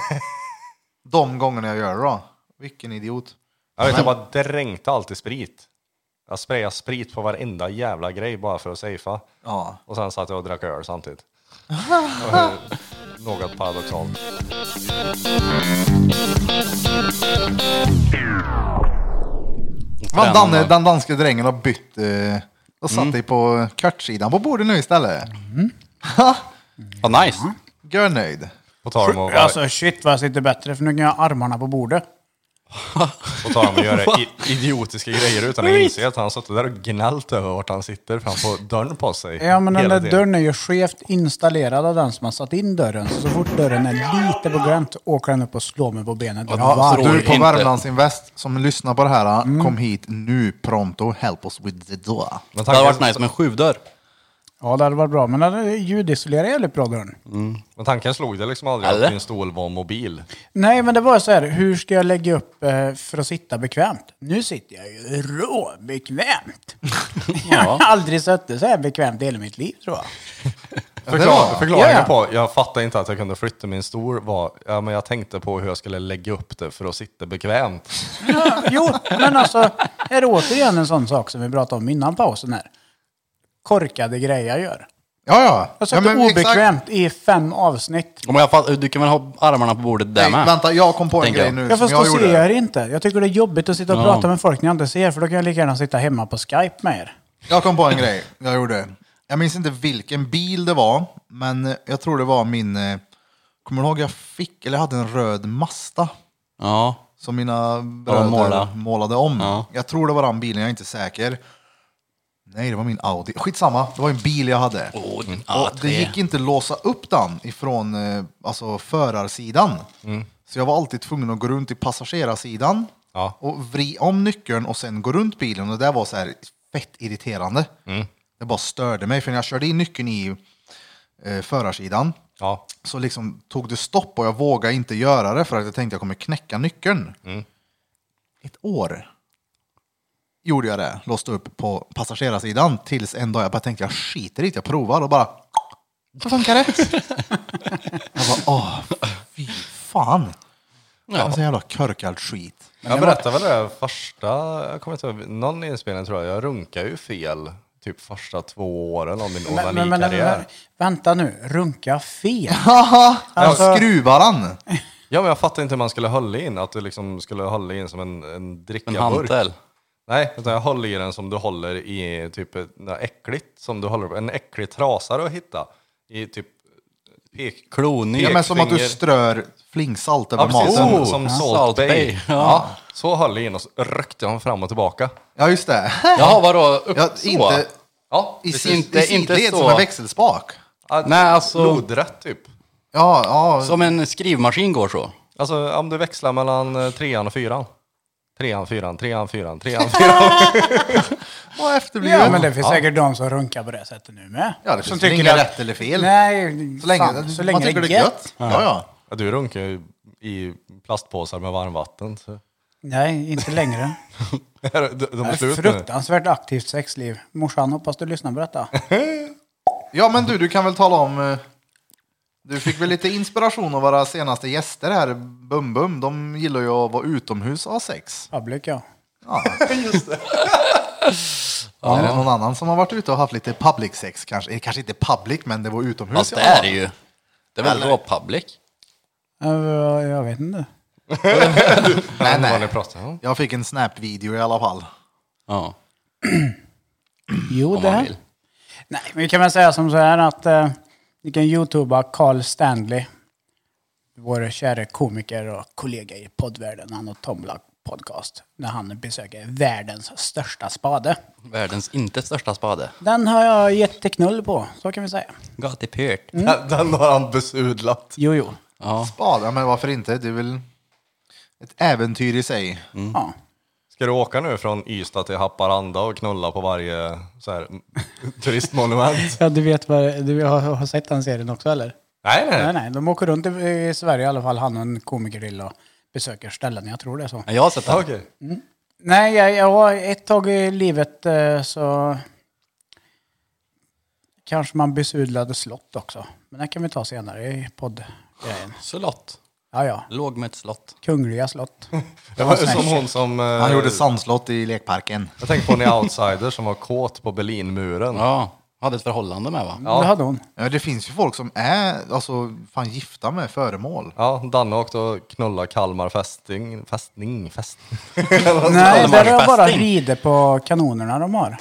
De gångerna jag gör det då. Vilken idiot. Jag vet, jag bara dränkte allt i sprit. Jag sprayade sprit på varenda jävla grej bara för att safea. Ja. Och sen satt jag och drack öl samtidigt. Det var något paradoxalt. Men Danne, den danske drängen har bytt. Eh, och satt dig på kortsidan på bordet nu istället. Vad nice. Gör nöjd. På tal om att, vara- Alltså shit vad jag sitter bättre för nu kan jag ha armarna på bordet. på tal om att göra i- idiotiska grejer utan att inse att han satt där och gnällt över vart han sitter framför dörren på sig. Ja men den hela där tiden. dörren är ju skevt installerad av den som har satt in dörren. Så, så fort dörren är lite på gränt åker den upp och slår mig på benet. Ja, så Varje- du på inte. Värmlands Invest som lyssnar på det här, kom hit nu pronto. Help us with the door. Men Det hade tanken, varit nice med en skjuvdörr. Ja det hade varit bra men den är ljudisolerad jävligt bra dörren. men tanken slog det liksom aldrig Eller? att din stol var mobil. Nej men det var så här, hur ska jag lägga upp eh, för att sitta bekvämt? Nu sitter jag ju råbekvämt. Jag har aldrig suttit så här bekvämt i hela mitt liv tror jag. Förklar, förklaringen Ja, ja. på, jag fattade inte att jag kunde flytta min stol var, ja men jag tänkte på hur jag skulle lägga upp det för att sitta bekvämt. Ja, jo, men alltså, är det återigen en sån sak som vi pratade om innan pausen här? Korkade grejer jag gör. Ja, ja. Jag satt ja men exakt. obekvämt i fem avsnitt. Om jag fatt, du kan väl ha armarna på bordet där Nej, med? vänta, jag kom på en Tänker grej jag. nu Ja, som fast jag då ser gjorde. jag er inte. Jag tycker det är jobbigt att sitta och Ja. prata med folk ni inte ser, för då kan jag lika gärna sitta hemma på Skype med er. Jag kom på en grej jag gjorde. Jag minns inte vilken bil det var, men jag tror det var min... eh, Kommer du ihåg jag fick, eller jag hade en röd Mazda Ja. som mina bröder måla. målade om. Ja. Jag tror det var den bilen, jag är inte säker. Nej, det var min Audi. Skitsamma, det var en bil jag hade. Åh, din Och A det tre. gick inte att låsa upp den ifrån eh, alltså förarsidan. Så jag var alltid tvungen att gå runt i passagerarsidan Ja. och vri om nyckeln och sen gå runt bilen. Och det var så här fett irriterande. Det bara störde mig, för när jag körde in nyckeln i eh, förarsidan Ja. så liksom tog det stopp och jag vågade inte göra det för att jag tänkte att jag kommer knäcka nyckeln. Ett år gjorde jag det, låste upp på passagerarsidan tills en dag jag bara tänkte jag skiter i det, jag provar och bara så funkar det. Jag bara åh, fy fan. Det var så jävla körkad skit. Jag berättade väl det första, jag kommer inte ihåg, någon inspelning tror jag, jag runkar ju fel typ första två åren av min Men, men, men, men, onanikarriär. vänta nu, runka fel. Haha, Alltså- jag skruvar den. Ja, men jag fattar inte hur man skulle hålla in, att du liksom skulle hålla in som en, en drickaburk. En hantel. Nej, utan jag håller i den som du håller i typ ett- något äckligt, som du håller en äcklig trasa du har hittat i typ Pek. Klonig. Ja, men som att du finger. strör flingsalt över Ja, precis. maten. Som, Oh, som Salt, Salt Bay. Bay, Ja. ja. Så höll jag in och så ryckte han fram och tillbaka. Ja, just det. Jaha, vadå? Upp Ja, så? inte Ja, i, precis. sid, Inte- i inte sidled så. som en växelspak. Nej, alltså Lodrätt typ. Ja, ja. som en skrivmaskin går så. Alltså om du växlar mellan eh, trean och fyran. Trean, fyran, trean, fyran, trean, fyran. Och efterbliven. Ja, men det finns säkert de som runkar på det sättet nu med. Ja, det som finns väl tycker inget att- rätt eller fel. Nej, Så länge, fan, så länge man tycker det är gött. Ja, ja. Ja, du runkar ju i plastpåsar med varmvatten. Så. Nej, inte längre. de, de Det är är slut nu. fruktansvärt aktivt sexliv. Morsan, hoppas du lyssnar på detta. Ja, men du, du kan väl tala om... eh, Du fick väl lite inspiration av våra senaste gäster här, Bum Bum. De gillar ju att vara utomhus och ha sex. Public, ja. Ja. Just det. Ja. Är det någon annan som har varit ute och haft lite public sex kanske? Eh, Kanske inte public, men det var utomhus. Fast det i alla är fall. det ju. Det är väl då public? Jag, jag vet inte. Nej, Vad nej. ni pratar om. Jag fick en snap-video i alla fall. Ja, Jo, om det man här. vill. Nej, men vi kan väl säga som så här att eh, vi kan youtuba Carl Stanley, vår kära komiker och kollega i poddvärlden, han och Tomla podcast, när han besöker världens största spade. Världens inte största spade. Den har jag gett till knull på, så kan vi säga. Got it pyrt. Den, den har han besudlat. Jo, jo. Ja. Spada, men varför inte? Det är väl ett äventyr i sig. Ja. Ska du åka nu från Ystad till Haparanda och knulla på varje så här, turistmonument? Ja, du vet vad, du har, har sett den serien också, eller? Nej, nej. Nej, nej, de åker runt i, i Sverige i alla fall, han och en komiker till och besöker ställen, jag tror det är så. Jag har sett den. Okej. Nej, jag, jag har ett tag i livet eh, så kanske man besudlade slott också. Men det kan vi ta senare i poddgrejen. Slott. Ja, ja. Låg med ett slott. Kungliga slott. Det var som hon som... eh, Han gjorde sandslott i lekparken. Jag tänkte på en i Outsider som var kåt på Berlinmuren. Ja, hade ett förhållande med va? Det hade hon. Ja, det finns ju folk som är alltså, fan gifta med föremål. Ja, Danne åkte och knullade Kalmar fästing. Fästning, fäst. Nej, där har jag bara fästing. rider på kanonerna de har.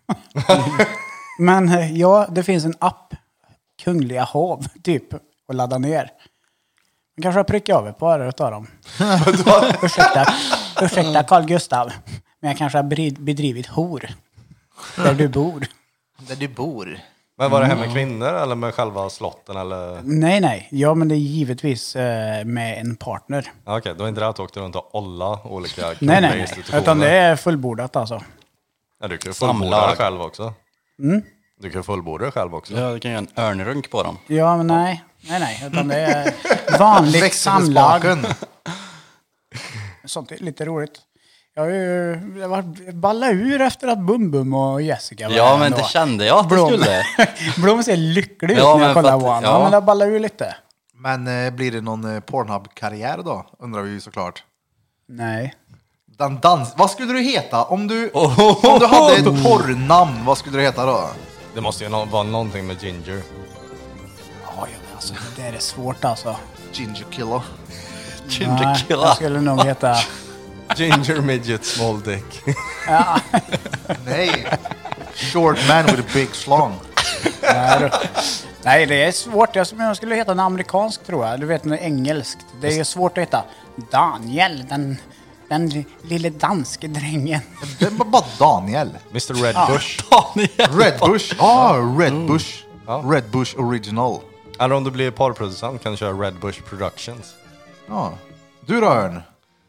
Men eh, ja, det finns en app, Kungliga hov, typ, att ladda ner. Man kanske har prickat av ett par utav dem. ursäkta, ursäkta Carl Gustav, men jag kanske har brid- bedrivit hor där du bor. Där du bor. Men var det här med kvinnor eller med själva slotten? Eller? Nej, nej. Ja, men det är givetvis eh, med en partner. Ja, okej, det var inte det att du åkte runt och olla olika Nej, kungliga nej, nej. institutioner. Utan det är fullbordat alltså. Ja, du kan ju Samlag. fullborda dig själv också. Mm. Du kan ju fullborda dig själv också. Ja, du kan göra en örnrunk på dem. Ja, men nej. Nej, nej. Utan det är vanligt samlag. Växelspaken. Sånt är lite roligt. Jag har ju jag var balla ur efter att Bum Bum och Jessica var Ja, här men ändå. det kände jag att det Blom. skulle. Blom ser lycklig ut Ja, när jag men kollar för på att- honom. ja. Men det ballar ur lite. Men eh, blir det någon eh, Pornhub-karriär då? Undrar vi ju såklart. Nej. Den dans... Vad skulle du heta? Om du, om du hade ett porrnamn, vad skulle du heta då? Det måste ju nå- vara någonting med Ginger. Ja, ja, men alltså, det där är svårt alltså. Ginger Killer. Ginger Nej, killer. jag skulle nog heta... Ginger midget small dick. Nej. Short man with a big slong. Nej, då. Nej, det är svårt. Jag skulle- jag skulle heta en amerikansk, tror jag. Du vet, en engelskt. Det är ju svårt att heta Daniel, den, den lille danske drängen. Det var bara Daniel. mister Redbush. Daniel. Red Bush. Ja, ah, Red Bush. Ja. Red Bush original. Eller om du blir porrproducent kan du köra Redbush Productions. Ja. Du då, Örn?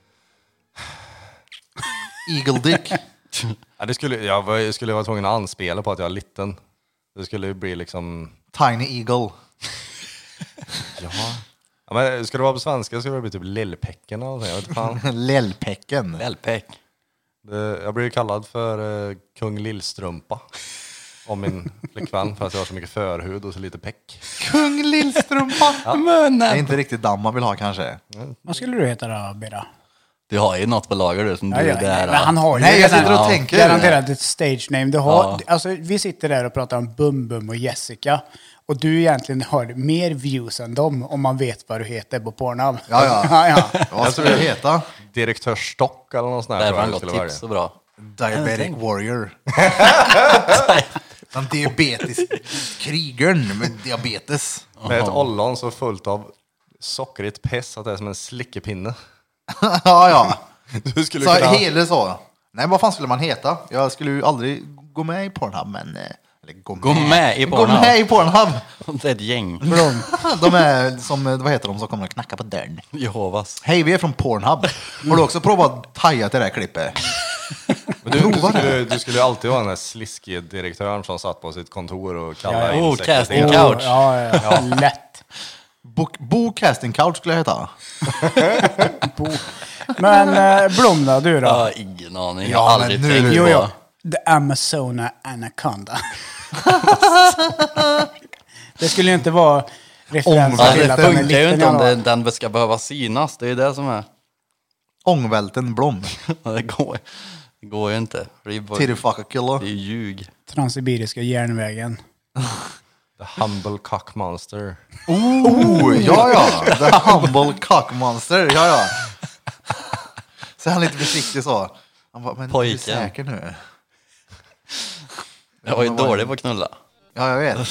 Eagle Dick. Ja, det skulle, jag var- jag skulle vara tvungen att anspela på att jag är liten. Det skulle ju bli liksom... Tiny Eagle. Ja. Ja, men ska det vara på svenska skulle det bli typ Lillpecken eller någonting. Jag vet inte fan. Lellpecken. Välpäck. Det, jag blir ju kallad för eh, Kung Lillstrumpa. Om min flickvän för att jag har så mycket förhud och så lite peck. Kung Lillstrumpa. Men Det är inte riktigt damm man vill ha kanske. Vad skulle du heta då, Bera? du har ju något på lager du som Ja, du ja, är där. men han har ju Nej, jag redan- sitter och ja, tänker. garanterat ett stage name. Du har, Ja. alltså, vi sitter där och pratar om Bum Bum och Jessica. Och du egentligen har mer views än dem om man vet vad du heter på Pornhub. Ja, ja. ja, ja. Vad skulle du heta? Direktör Stock eller något sånt där. Där tror var jag han det gått skulle tips så bra. Diabetic Warrior. Den diabetes krigern med diabetes. Med ett ollon så fullt av sockrigt pess att det är som en slickepinne. Ja, ja. Du skulle Så kunna... hela så. Nej, vad fan skulle man heta? Jag skulle ju aldrig gå med i Pornhub, men... Eller gå, Gå med i Gå Pornhub. med i Pornhub. Det är ett gäng. De är som, vad heter de, som kommer att knacka på dörren. Jehovas. Hej, vi är från Pornhub. Har du också provat att taja till det här klippet? Men du, du, skulle, du skulle ju alltid vara den där sliskige direktören som satt på sitt kontor och kallade ja. in Oh, sekreterare. casting couch. Ja, ja, ja. Lätt. Bo, Bo Casting Couch skulle jag heta. Bo. Men eh, Blom då, du då? Jag har ingen aning. Jag Ja, har aldrig men nu- tänkt Jo, på. jo. The Amazona Anaconda. Det skulle ju inte vara referens Ja, till det att den är funkar ju liten inte i om alla det, fall. den ska behöva synas. Det är ju det som är. Ångvälten Blom. Ja, Det går, det går ju inte. Det är ju bara- Titty fucker det killer. är ju ljug. Transsibiriska järnvägen. The humble cock monster. Oh, ja, ja. The humble cock monster. Ja, ja. Så han lite försiktig så. Han bara, men Pojken. är du säker nu? Jag var ju men vad- dålig på att knulla. Ja, jag vet.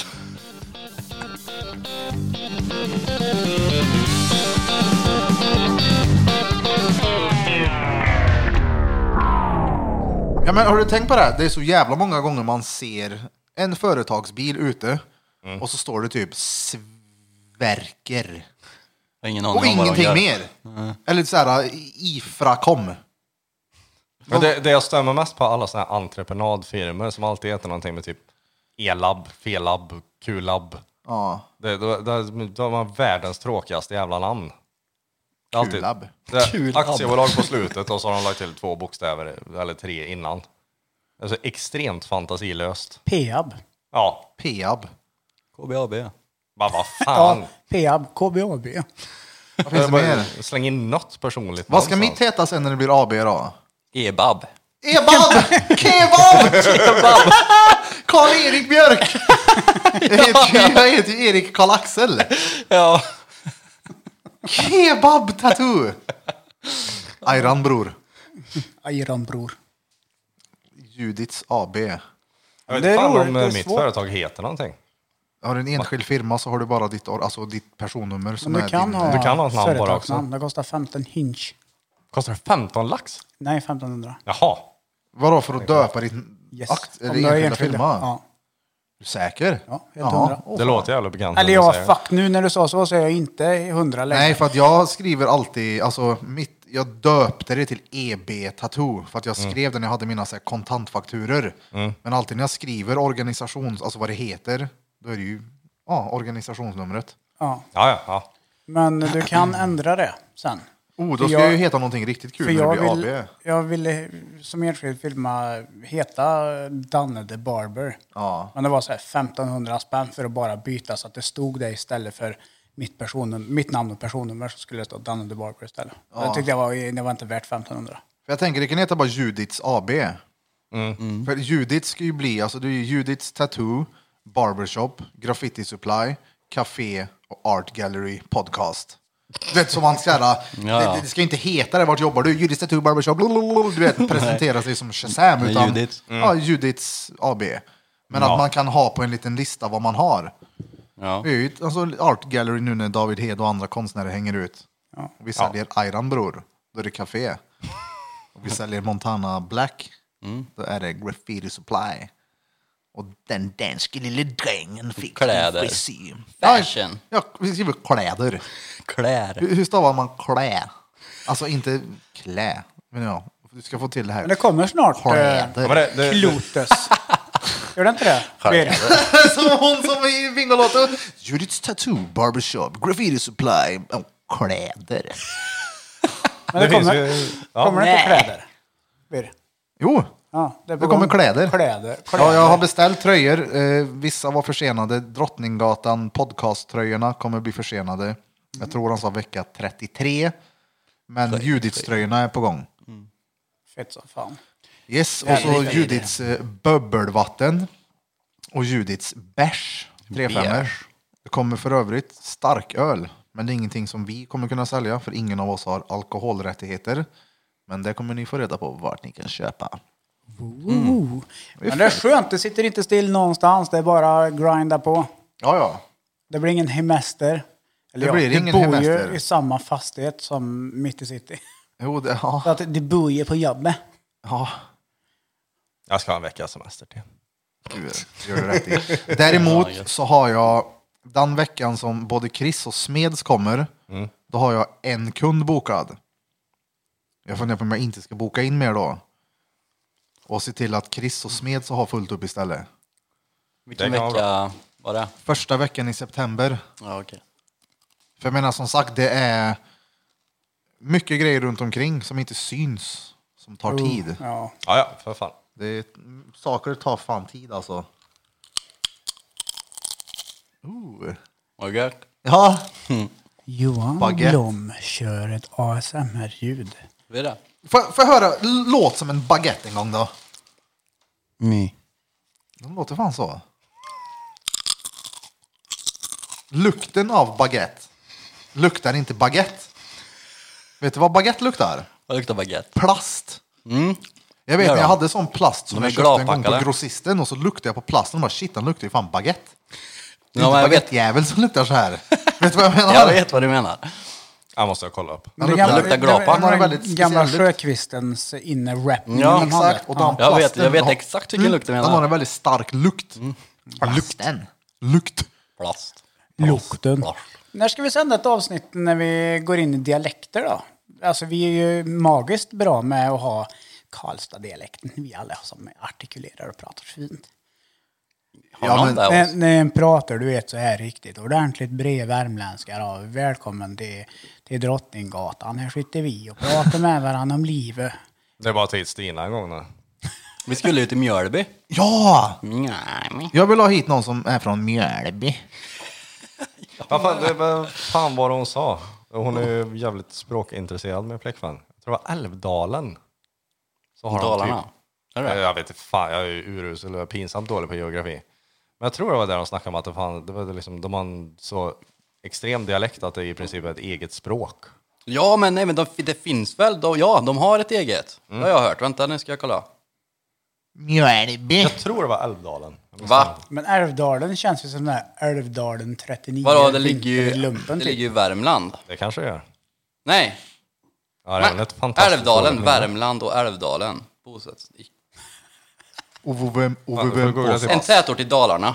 Ja, men har du tänkt på det här? Det är så jävla många gånger man ser en företagsbil ute och så står det typ Sverker. Jag har ingen aning Och om vad de ingenting gör. mer. Eller så här, Ifracom. Men det, det jag stämmer mest på alla såna här entreprenadfirmor som alltid heter någonting med typ E-lab, F-lab, Q-lab. Ja, Det, då, då, de har världens tråkigaste jävla namn. Det är alltid- Q-lab. det är Q-lab. aktiebolag på slutet och så har de lagt till två bokstäver, eller tre innan. Alltså extremt fantasilöst. Peab. Ja, Peab. K B A B. bara vad fan. Ja, Peab. K B A B. Vad finns det mer? Släng in något personligt. Vad ska någonstans. mitt heta sen när det blir A B då? E-bab. Ebab! Kebab! Karl-Erik Björk! Jag heter, ju- jag heter ju Erik Karl-Axel. Ja. Kebab tattoo! Ayran bror. Ayran bror. Judits A B. Jag vet Det är inte fan roligt, om det är eh, mitt svårt. företag heter någonting. Har du en enskild firma så har du bara ditt, or- alltså ditt personnummer som Men är du kan din... ha, Du kan ha ett namn bara företagsnamn. Det kostar femton hinch. Kostar det femton lax? Nej, femtonhundra. Jaha. Vadå, för att döpa ditt Yes. akt, Om eller du har enskilda enskilda. firma? Ja. Är du säker? Ja, helt Jaha. hundra. Åh, Det fan. låter jävla bekant. Eller när du ja, säger. fuck. Nu när du sa så så är jag inte hundra längre. Nej, för att jag skriver alltid, alltså mitt, jag döpte det till E B Tattoo för att jag skrev det när jag hade mina så här, kontantfakturer. Men alltid när jag skriver organisations, alltså vad det heter, då är det ju ja, organisationsnumret. Ja. Ja, ja, ja. Men du kan ändra det sen. Oh, då För ska jag- jag ju heta någonting riktigt kul För när det jag blir vill, A B. jag ville som enskild firma heta Danne the Barber. Ja. Men det var så här femtonhundra spänn för att bara byta så att det stod det istället för mitt, personnum- mitt namn och personnummer så skulle det stå Danne the Barber istället. Ja. Jag tyckte det var, det var inte värt femtonhundra. För jag tänker det kan heta bara Judits A B. För Judits ska ju bli, alltså det är ju Judits Tattoo, Barbershop, Graffiti Supply, Café och Art Gallery Podcast. Du vet som man ska säga, ja. det, det ska inte heta det, vart jobbar du? Judits Tattoo Barbershop, blablabla, du vet, presentera sig som Shazam Men utan Judits. ja, Judits A B. Men Ja. att man kan ha på en liten lista vad man har. Ja. Det är ju alltså Art Gallery nu när David Hed och andra konstnärer hänger ut. Ja. Vi säljer Ayran bror, då är det café. Och vi säljer Montana Black, då är det Graffiti Supply. Och den danske lille drängen fick Kläder. en frisyr. Fashion. Ja, vi skriver kläder. Kläder. Hur, hur stavar man klä? Alltså inte klä. Men ja, du ska få till det Men här. det kommer snart eh, Kläder. Men det, det, Klotus. Gör det inte det? Kläder. Som hon som i Bingolotto. Judith's Tattoo, Barbershop, Graffiti Supply, och kläder. Men det, det finns kommer, ju... Ja. kommer det inte kläder? Blir det? Jo, Ja, det, är på det kommer gång. kläder. Kläder. kläder. Ja, jag har beställt tröjor. Eh, vissa var försenade. Drottninggatan podcast-tröjorna kommer bli försenade. Jag tror de sa vecka trettiotre. Men Judiths-tröjorna är på gång. Fett som fan. Yes, och Jävligt så fint. Judiths eh, bubbelvatten. Och Judiths bärs. tre femmor. Det kommer för övrigt starköl. Men det är ingenting som vi kommer kunna sälja. För ingen av oss har alkoholrättigheter. Men det kommer ni få reda på vart ni kan köpa. Mm. Men det är skönt, det sitter inte still någonstans. Det är bara att grinda på. Ja, ja. Det blir ingen hemester. Eller Det blir ja, ingen bor hemester. ju i samma fastighet som mitt i city. Jo, det, ja. Så att det bor ju på jobbet. ja. Jag ska ha en veckas semester till. Du gör det rätt i. Däremot så har jag den veckan som både Chris och Smeds kommer, Mm. då har jag en kund bokad. Jag funderar på om jag inte ska boka in mer då. Och se till att Chris och Smeds har fullt upp istället. Vilken Det kan vara vecka var det? Första veckan i september. Ja, okej. För jag menar som sagt, det är mycket grejer runt omkring som inte syns, som tar tid. Ja. Ja, ja, för fan. Det är, saker tar fan tid alltså. Ooh. Vad gött. Ja, Johan Baguette. Blom kör ett A S M R-ljud. Vad är det? får, får jag höra låt som en baguette en gång då? My. De låter fan så. Lukten av baguette luktar inte baguette. Vet du vad baguette luktar? Vad luktar baguette? Plast. Mm. Jag vet, Ja, när då. jag hade sån plast som De är jag köpte en gång på gladpackade. grossisten och så luktade jag på plasten och bara shit, den luktar ju fan baguette. Det är Ja, men inte jag vet- baguettejävel som luktar så här. Vet du vad jag menar? Jag vet vad du menar. Jag måste kolla upp. Den Det luktar, gamla- luktar glapa. det var Den har den väldigt gamla speciell lukt. Sjökvistens inne-rap. Ja, exakt. Och den Jag vet, plasten jag vet har- exakt vilken lukt du Den har menar. en väldigt stark lukt. Lukt. Lukt. Plast. Lukten. Plast. När ska vi sända ett avsnitt när vi går in i dialekter då? Alltså vi är ju magiskt bra med att ha Karlstad-dialekten. Vi alla som artikulerar och pratar fint. Har Ja, någon men- där När, oss? när en pratar, du vet, så här riktigt ordentligt bred värmländska då. Välkommen till, till Drottninggatan. Här sitter vi och pratar med varandra om livet. Det är bara tid Stina en gång nu. Vi skulle ju till Mjölby. Ja! Nej. Jag vill ha hit någon som är från Mjölby. Vad fan, det, vad fan var det hon sa? Hon är ju jävligt språkintresserad med pläckfan. Jag tror det var Älvdalen. Så har de Dalarna. Typ, Är det? jag vet inte fan, jag är ju urusel och pinsamt dålig på geografi. Men jag tror det var där de snackade om att det, fan, det var liksom, de har en så extrem dialekt att det i princip är ett eget språk. Ja, men nej, men de, det finns väl. De, ja, de har ett eget. Mm. Det har jag hört. Vänta, nu ska jag kolla. Mjölby. Jag tror det var Älvdalen. Va? Men Älvdalen känns ju som den där Älvdalen trettionio. Vadå, det ligger ju, i lumpen, det typ. ligger ju i Värmland. Det kanske det gör. Nej, Ja, det är men, ett fantastiskt Älvdalen, dåligt minne. Värmland och Älvdalen. Bosätts i. Ove, Ja, du får Ove, googla till. En tätort i Dalarna.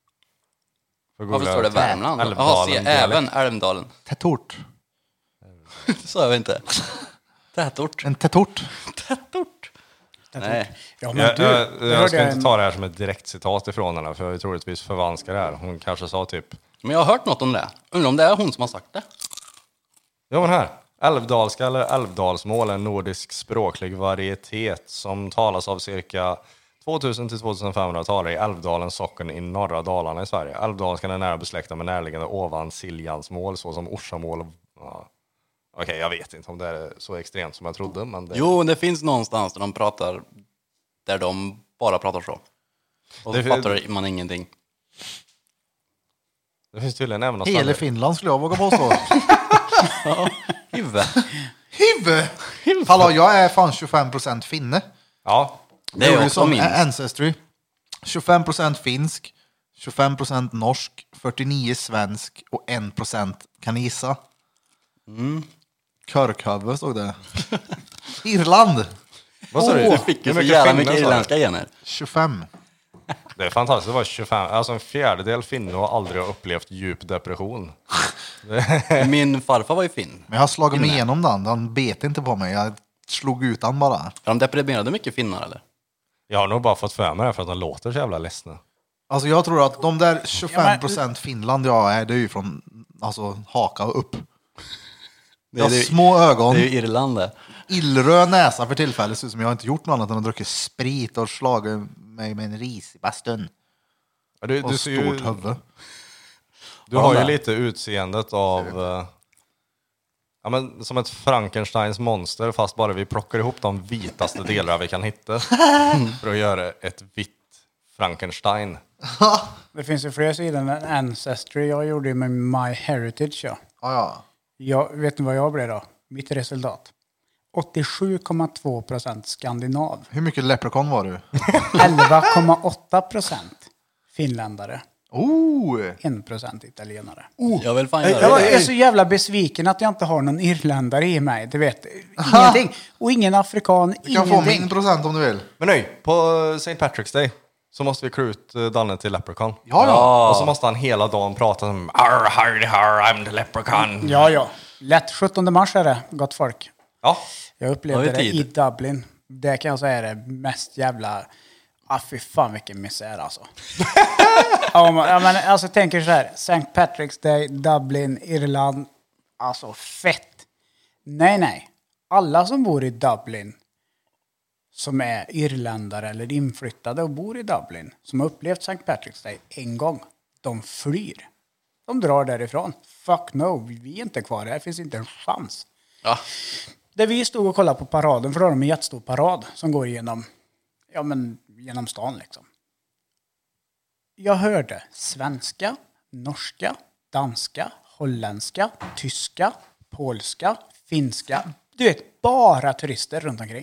Får Varför googla står det till Värmland? Jaha, se Älvdalen även dialekt. Älvdalen. Tätort. Det sa jag inte. Tätort. En tätort. Tätort. Nej. Ja, men Jag, du, jag, jag jag hörde ska inte en- ta det här som ett direkt citat ifrån henne, för jag är troligtvis förvanskar det här. Hon kanske sa typ, Men jag har hört något om det. Undrar om det är hon som har sagt det. ja men här. Älvdalska eller älvdalsmål är en nordisk språklig varietet som talas av cirka tvåtusen till tvåtusenfemhundra talare i Älvdalens socken i norra Dalarna i Sverige. Älvdalskan är nära besläktad med närliggande ovan Siljansmål såsom Orsamål. Ja. Okej, jag vet inte om det är så extremt som jag trodde, men det... Jo, det finns någonstans där de pratar, där de bara pratar så. Och så Det- fattar man ingenting. Det finns tydligen även något Hela ställe. Finland skulle jag våga påstå. Huvud. Hiv! Hallå, jag är fan tjugofem procent finne. Ja, Det är gjorde också som minst. Ancestry. tjugofem procent finsk, tjugofem procent norsk, fyrtionio svensk och en procent kan gissa. Mm. Körkhuvud stod det. Irland, vad sa du? Du fick ju Hur så jävla finnar mycket sa du? irländska gener. tjugofem. Det är fantastiskt, det var tjugofem, alltså en fjärdedel finne och aldrig har upplevt djup depression. Min farfar var ju fin. Men jag har slagit mig Finne. igenom den. Den bet inte på mig. Jag slog ut den bara. Är de deprimerade mycket finnar eller? Jag har nog bara fått för mig det för att de låter så jävla ledsna. Alltså jag tror att de där tjugofem procent Finland jag är, det är ju från alltså, haka och upp. Jag har det- små ögon, Det är ju Irland det. illröd näsa för tillfället. Ser ut som jag har inte gjort något annat än att druckit sprit och slagit mig med en ris i bastun. Ja, Du, Och du, ser ju, stort huvud. du har ju där. lite utseendet av eh, ja, men, som ett Frankensteins monster, fast bara vi plockar ihop de vitaste delar vi kan hitta för att göra ett vitt Frankenstein. Det finns ju fler sidor än Ancestry. Jag gjorde ju med My Heritage. Ja. Ja, ja. Jag, vet ni vad jag blev då? Mitt resultat. åttiosju komma två procent skandinav. Hur mycket leprechaun var du? elva komma åtta procent finländare. Oh! en procent italienare. Jag vill fan göra Jag det. är så jävla besviken att jag inte har någon irländare i mig. Du vet, ingenting. Och ingen afrikan, Du kan få ingenting. min procent om du vill. Men nej, på Saint Patrick's Day så måste vi klä ut eh, Danne till Leprechaun. Ja, ja. Och så måste han hela dagen prata som Arr, hardy, har, I'm the Leprechaun. Ja, ja. Lätt sjuttonde mars är det, gott folk. Ja. Jag upplevde Har det vi tid? i Dublin. Det kan jag säga är det mest jävla... Ah, fy fan vilken misär alltså. ja, men, ja, men alltså tänker så här. Saint Patrick's Day, Dublin, Irland. Alltså fett. Nej, nej. Alla som bor i Dublin som är irländare eller inflyttade och bor i Dublin som har upplevt Saint Patrick's Day en gång, de flyr. De drar därifrån. Fuck no, vi är inte kvar här. Det finns inte en chans. Ja. Där vi stod och kollade på paraden, för då har de en jättestor parad som går igenom, ja, men, genom stan liksom. Jag hörde svenska, norska, danska, holländska, tyska, polska, finska. Du vet, bara turister runt omkring.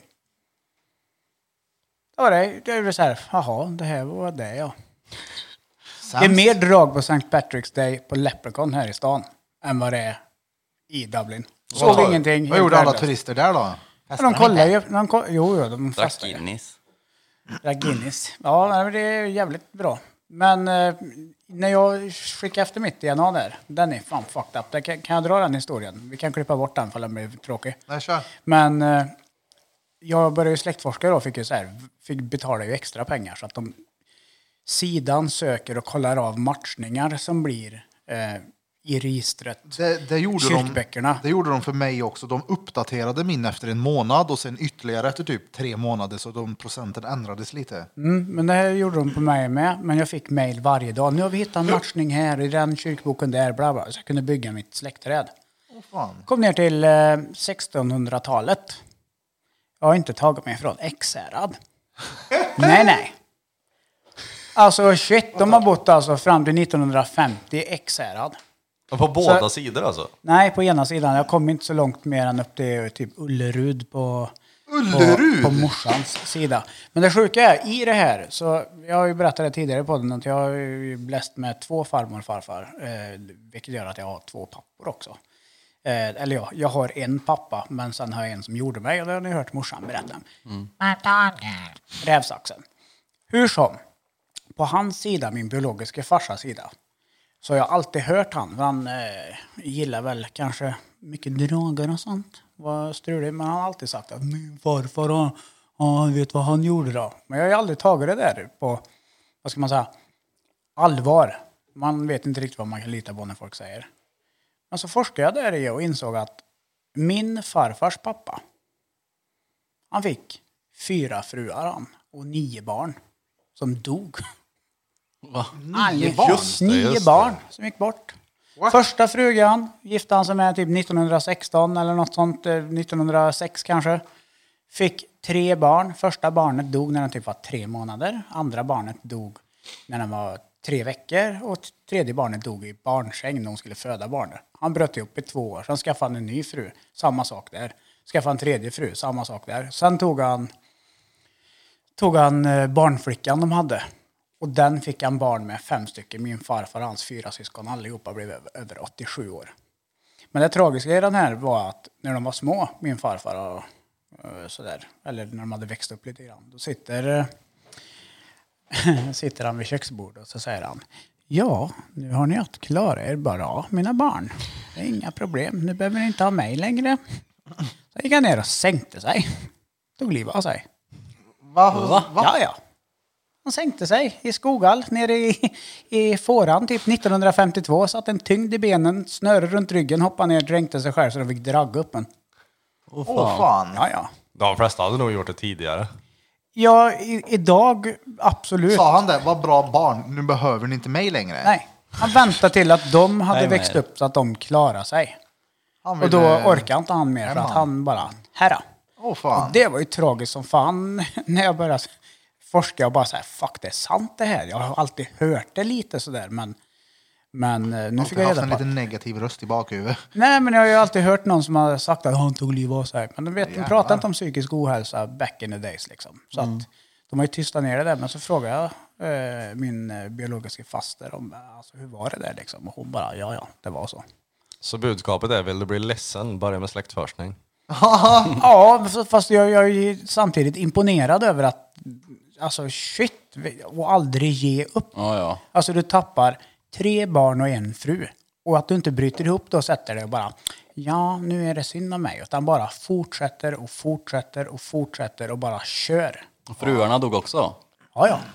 Det var det, det var så här, jaha, det här var det, ja. Det är mer drag på Saint Patrick's Day på Leprechaun här i stan än vad det är i Dublin. Såg Vad- ingenting. Vad helt gjorde alla värdelöst. turister där då? Ja, de kollar ju. De koll, jo, jo, de Drack fastar ju. Guinness. Drack Guinness. Ja, men det är jävligt bra. Men eh, när jag skickade efter mitt D N A där, den är fan fucked up. Det kan, kan jag dra den historien? Vi kan klippa bort den för den blir tråkig. Nej, kör. Men eh, jag började ju släktforska då, fick ju så här, fick betala ju extra pengar så att de sidan söker och kollar av matchningar som blir eh, i registret. Det, det, gjorde Kyrkböckerna. de, det gjorde de för mig också. De uppdaterade min efter en månad och sen ytterligare efter typ tre månader så de procenten ändrades lite. Mm, men det här gjorde de på mig med. Men jag fick mejl varje dag. Nu har vi hittat en matchning här i den kyrkboken där. Bla bla. Så jag kunde bygga mitt släktträd. Åh fan. Kom ner till eh, sextonhundratalet. Jag har inte tagit mig från Ekshärad. nej, nej. Alltså shit, de har bott alltså fram till nittonhundrafemtio i Ekshärad. På båda Så- sidor alltså? Nej, på ena sidan. Jag kom inte så långt mer än upp till typ Ullerud på, Ullerud? på, på morsans sida. Men det sjuka är, i det här, så jag har ju berättat det tidigare på den, att jag har ju bläst med två farmor och farfar. Eh, vilket gör att jag har två pappor också. Eh, eller ja, jag har en pappa, men sen har jag en som gjorde mig, och det har ni hört morsan berätta. Mm. Rävsaxen. Hur som, på hans sida, min biologiska farsas sida, så har jag alltid hört han. För han eh, gillar väl kanske mycket droger och sånt. Var strulig, men han har alltid sagt att min farfar, han, han vet vad han gjorde då. Men jag har ju aldrig tagit det där på, vad ska man säga, allvar. Man vet inte riktigt vad man kan lita på när folk säger. Men så forskade jag där i och insåg att min farfars pappa, han fick fyra fruar han, och nio barn som dog. Va? Nio barn? Just det, Nio just det. barn som gick bort. Första frugan gifte han sig med typ nittonhundrasexton eller något sånt, eh, nittonhundrasex kanske. Fick tre barn. Första barnet dog när den typ var tre månader. Andra barnet dog när den var tre veckor. Och t- tredje barnet dog i barnsäng när hon skulle föda barnet. Han bröt ihop i två år. Sen skaffade han en ny fru. Samma sak där. Skaffade en tredje fru. Samma sak där. Sen tog han, tog han eh, barnflickan de hade. Och den fick han barn med fem stycken. Min farfar och hans fyra syskon allihopa blev över, över åttiosju år. Men det tragiska i den här var att när de var små, min farfar och uh, sådär, eller när de hade växt upp lite grann, då sitter, uh, sitter han vid köksbordet och så säger han: ja, nu har ni att klara er bara, mina barn. Det är inga problem, nu behöver ni inte ha mig längre. Så gick han ner och sänkte sig. Tog livet av sig. Va? Va? Ja, ja. Han sänkte sig i Skoghall nere i, i fåran typ nittonhundrafemtiotvå. Satt en tyngd i benen, snöre runt ryggen, hoppade ner, dränkte sig själv så de fick dragga upp en. Åh Åh fan. Ja, ja. De flesta hade nog gjort det tidigare. Ja, i, idag absolut. Sa han det? Vad bra barn, nu behöver ni inte mig längre. Nej, han väntade till att de hade Nej, växt nej. upp så att de klarade sig. Han Och då ville- orkade inte han mer för Hemma. att han bara, herra. Åh fan. Det var ju tragiskt som fan när jag började forska och bara så här, fuck det är sant det här. Jag har alltid hört det lite sådär, men Men eh, nu Jag fick har jag haft reda en på liten att, negativ röst i bakhuvudet. nej, men jag har ju alltid hört någon som har sagt att han tog liv av sig. Men de, vet, de Jävlar. pratar inte om psykisk ohälsa back in the days liksom. Så att de har ju tystat ner det där. Men så frågade jag eh, min eh, biologiska faster om alltså, hur var det där liksom. Och hon bara, ja ja, det var så. Så budskapet är, vill du bli ledsen, börja med släktforskning. Ja, fast jag, jag är ju samtidigt imponerad över att, alltså shit, och aldrig ge upp. Ja, ja. Alltså du tappar tre barn och en fru. Och att du inte bryter ihop då och sätter dig och bara, ja nu är det synd om mig. Utan bara fortsätter och fortsätter och fortsätter och bara kör. Och fruarna dog också. Ja, ja.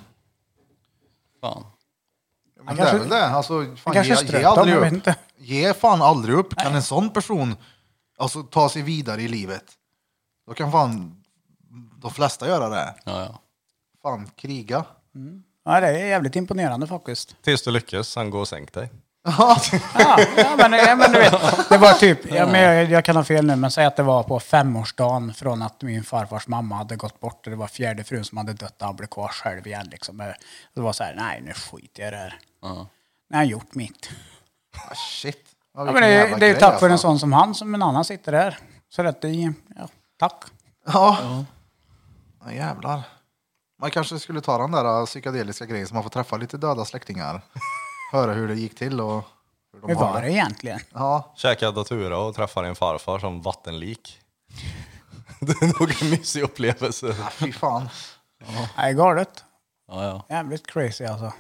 Fan. Men Han det är kanske- väl det. Alltså, fan, kanske ge, strött ge dem, aldrig jag vet upp. inte. Ge fan aldrig upp. Kan en sån person alltså, ta sig vidare i livet, då kan fan de flesta göra det. Ja, ja. Fan, kriga. Ja, det är jävligt imponerande faktiskt. Tills du lyckas, sen gå och sänk dig. Ja, ja, men, ja, men du vet, det var typ, ja, men jag, jag kan ha fel nu, men säg att det var på femårsdagen från att min farfars mamma hade gått bort och det var fjärde frun som hade dött och han blev kvar själv igen. Liksom. Det var så här, nej nu skiter jag i det här. Ja. Nej, jag har gjort mitt. Ah, shit. Ja, Ja, vilken men det, jävla är- det är ju grej, tack för en alltså. sån som han som en annan sitter där. Så att det är, ja, tack. Ja. Ja, jävlar. Man kanske skulle ta den där psykedeliska grejen så man får träffa lite döda släktingar. Höra hur det gick till och hur de Hur har var det egentligen? Ja, Käka datura och träffa din farfar som vattenlik. Det är nog en mysig upplevelse. ah, fy fan. Nej, galet. Ja, ja. Jävligt crazy alltså.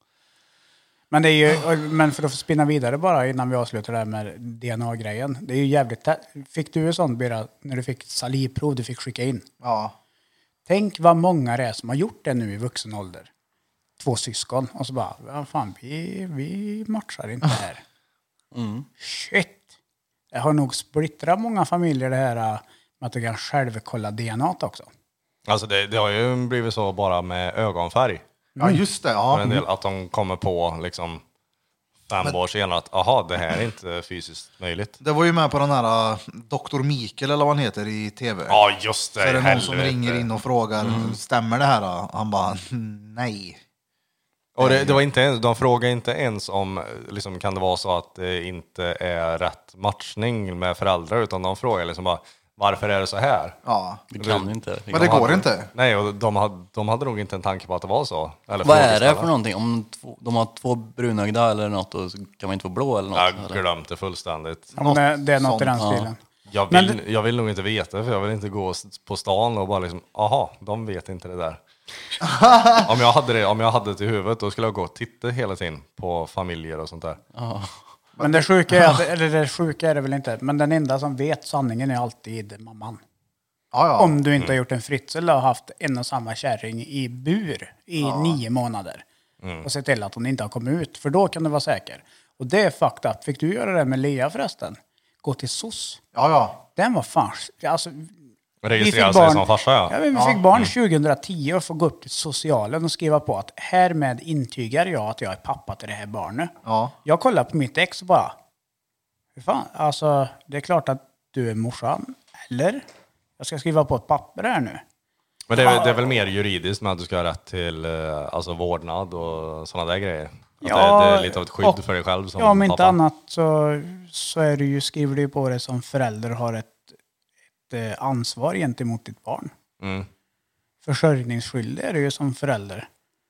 Men, det är ju, men för att få spinna vidare bara innan vi avslutar det här med D N A-grejen. Det är ju jävligt... Fick du ett sånt, Bira, när du fick salivprov du fick skicka in? Ja. Tänk vad många det är som har gjort det nu i vuxen ålder. Två syskon. Och så bara, ja, fan, vi, vi matchar inte här. Mm. Shit. Det har nog splittrat många familjer det här med att du kan själv kolla D N A också. Alltså det, det har ju blivit så bara med ögonfärg. Ja, just det. För Ja. en del, att de kommer på liksom fem år senare att aha, det här är inte fysiskt möjligt. Det var ju med på den här uh, doktor Mikael eller vad han heter i tv. Ja, just det. Så är det någon helvete. som ringer in och frågar, stämmer det här då? Han bara, nej. Och det, det var inte ens, de frågar inte ens om liksom, kan det vara så att det inte är rätt matchning med föräldrar, utan de frågar liksom bara varför är det så här? Ja. Det kan vi inte. Men det De går hade, inte. Nej, och de hade, de hade nog inte en tanke på att det var så. Eller Vad är det frågeställare. för någonting? Om två, de har två brunögda eller något, och så kan man inte få blå eller något? Jag har eller? glömt det fullständigt. Ja, men det, det är något i den sånt, ja. stilen. Jag Men vill, jag vill nog inte veta, för jag vill inte gå s- på stan och bara liksom, aha, de vet inte det där. om, jag hade det, om jag hade det till huvudet, då skulle jag gå och titta hela tiden på familjer och sånt där. Ja. Men det sjuka är, att, eller det sjuka är det väl inte, men den enda som vet sanningen är alltid mamman. Ja, ja. Om du inte har gjort en fritzel och haft en och samma kärring i bur i nio månader. Och se till att hon inte har kommit ut, för då kan du vara säker. Och det är fucked up. Fick du göra det med Lea förresten? Gå till S O S. Ja, ja. Den var fan... Alltså, Registrera sig som farsa, ja. Ja, men vi fick barn tjugohundratio och få gå upp till socialen och skriva på att härmed intygar jag att jag är pappa till det här barnet. Ja. Jag kollar på mitt ex och bara, hur fan, alltså det är klart att du är morsan, eller? Jag ska skriva på ett papper här nu. Men det är, väl- det är väl mer juridiskt med att du ska ha rätt till eh, alltså, vårdnad och sådana där grejer. Att Ja, det, det är lite av ett skydd och- för dig själv som Ja, om inte pappa. annat så, så är du ju, skriver du ju på det som förälder har ett, ett eh, ansvar gentemot ditt barn. Mm. Försörjningsskyldig är du ju som förälder.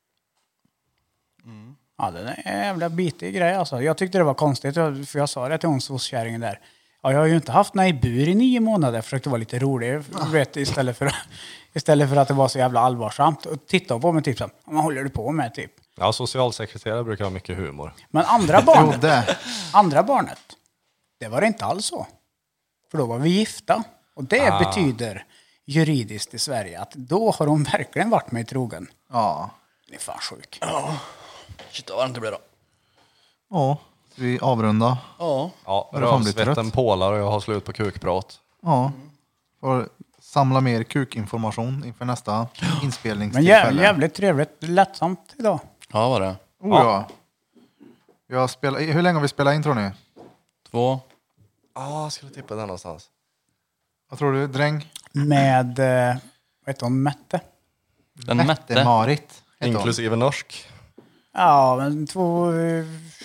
Ja, det är en jävla bitig grej alltså. Jag tyckte det var konstigt, för jag sa det till hon soskärringen där. Ja, jag har ju inte haft några i bur i nio månader. Jag försökte vara lite rolig, vet, istället, för, istället för att det var så jävla allvarsamt. Och titta på mig typ så här, vad håller du på med typ? Ja, socialsekreterare brukar ha mycket humor. Men andra Jo, barnet, det. andra barnet, det var det inte alls så. För då var vi gifta. Och det Ah. betyder juridiskt i Sverige att då har hon verkligen varit mig trogen. Ja. Det är fan sjuk. Shit, vad varmt det blir då. Ja. Ska vi avrunda? Ja. Ja, Jag är fan blivit rövsvetten trött. pålar och jag har slut på kukprat. Ja. Får samla mer kukinformation inför nästa Men jävligt, inspelningstillfälle. jävligt trevligt, lättsamt idag. Ja, var det. Oh, ja. Vi har spelat, hur länge har vi spelat in tror ni? Två. Ja, jag skulle tippa den någonstans. Vad tror du, dräng? Med, eh, vad heter hon, Mette? Den mätte. Marit. heter hon. Inklusive norsk. Ja, men två, eh,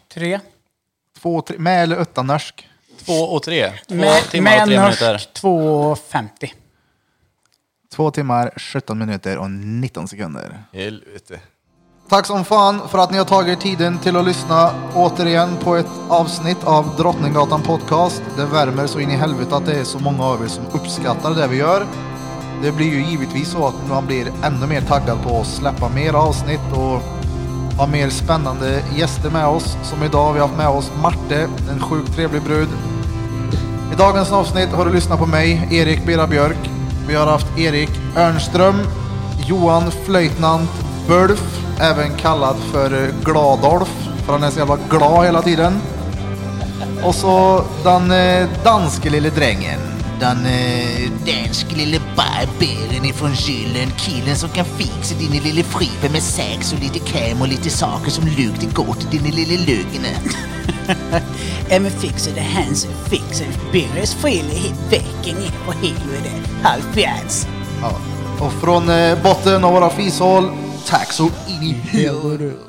Tre. Två, tre, med eller utan norsk? Två och tre. Två Med, timmar och med tre norsk minuter. två femtio. Två timmar, sjutton minuter och nitton sekunder. Helvete. Tack som fan för att ni har tagit tiden till att lyssna återigen på ett avsnitt av Drottninggatan podcast. Det värmer så in i helvete att det är så många av er som uppskattar det vi gör. Det blir ju givetvis så att man blir ännu mer taggad på att släppa mer avsnitt och ha mer spännande gäster med oss. Som idag har vi haft med oss Marte, en sjukt trevlig brud. I dagens avsnitt har du lyssnat på mig, Erik Bera Björk. Vi har haft Erik Örnström, Johan Flöjtnant Bulf, även kallad för Gladolf, för han är så jävla glad hela tiden. Och så den eh, danske lille drängen. Den eh, danske lille barberen ifrån Jylland. Killen som kan fixa din lille fribe med sex och lite kräm och lite saker som luktar gott din lille lugna. Även fixar det hans fixar Birres frille hit väcken in på helvete. Halvfjärds. Ja. Och från eh, botten av våra fishål, tack så in i helvete.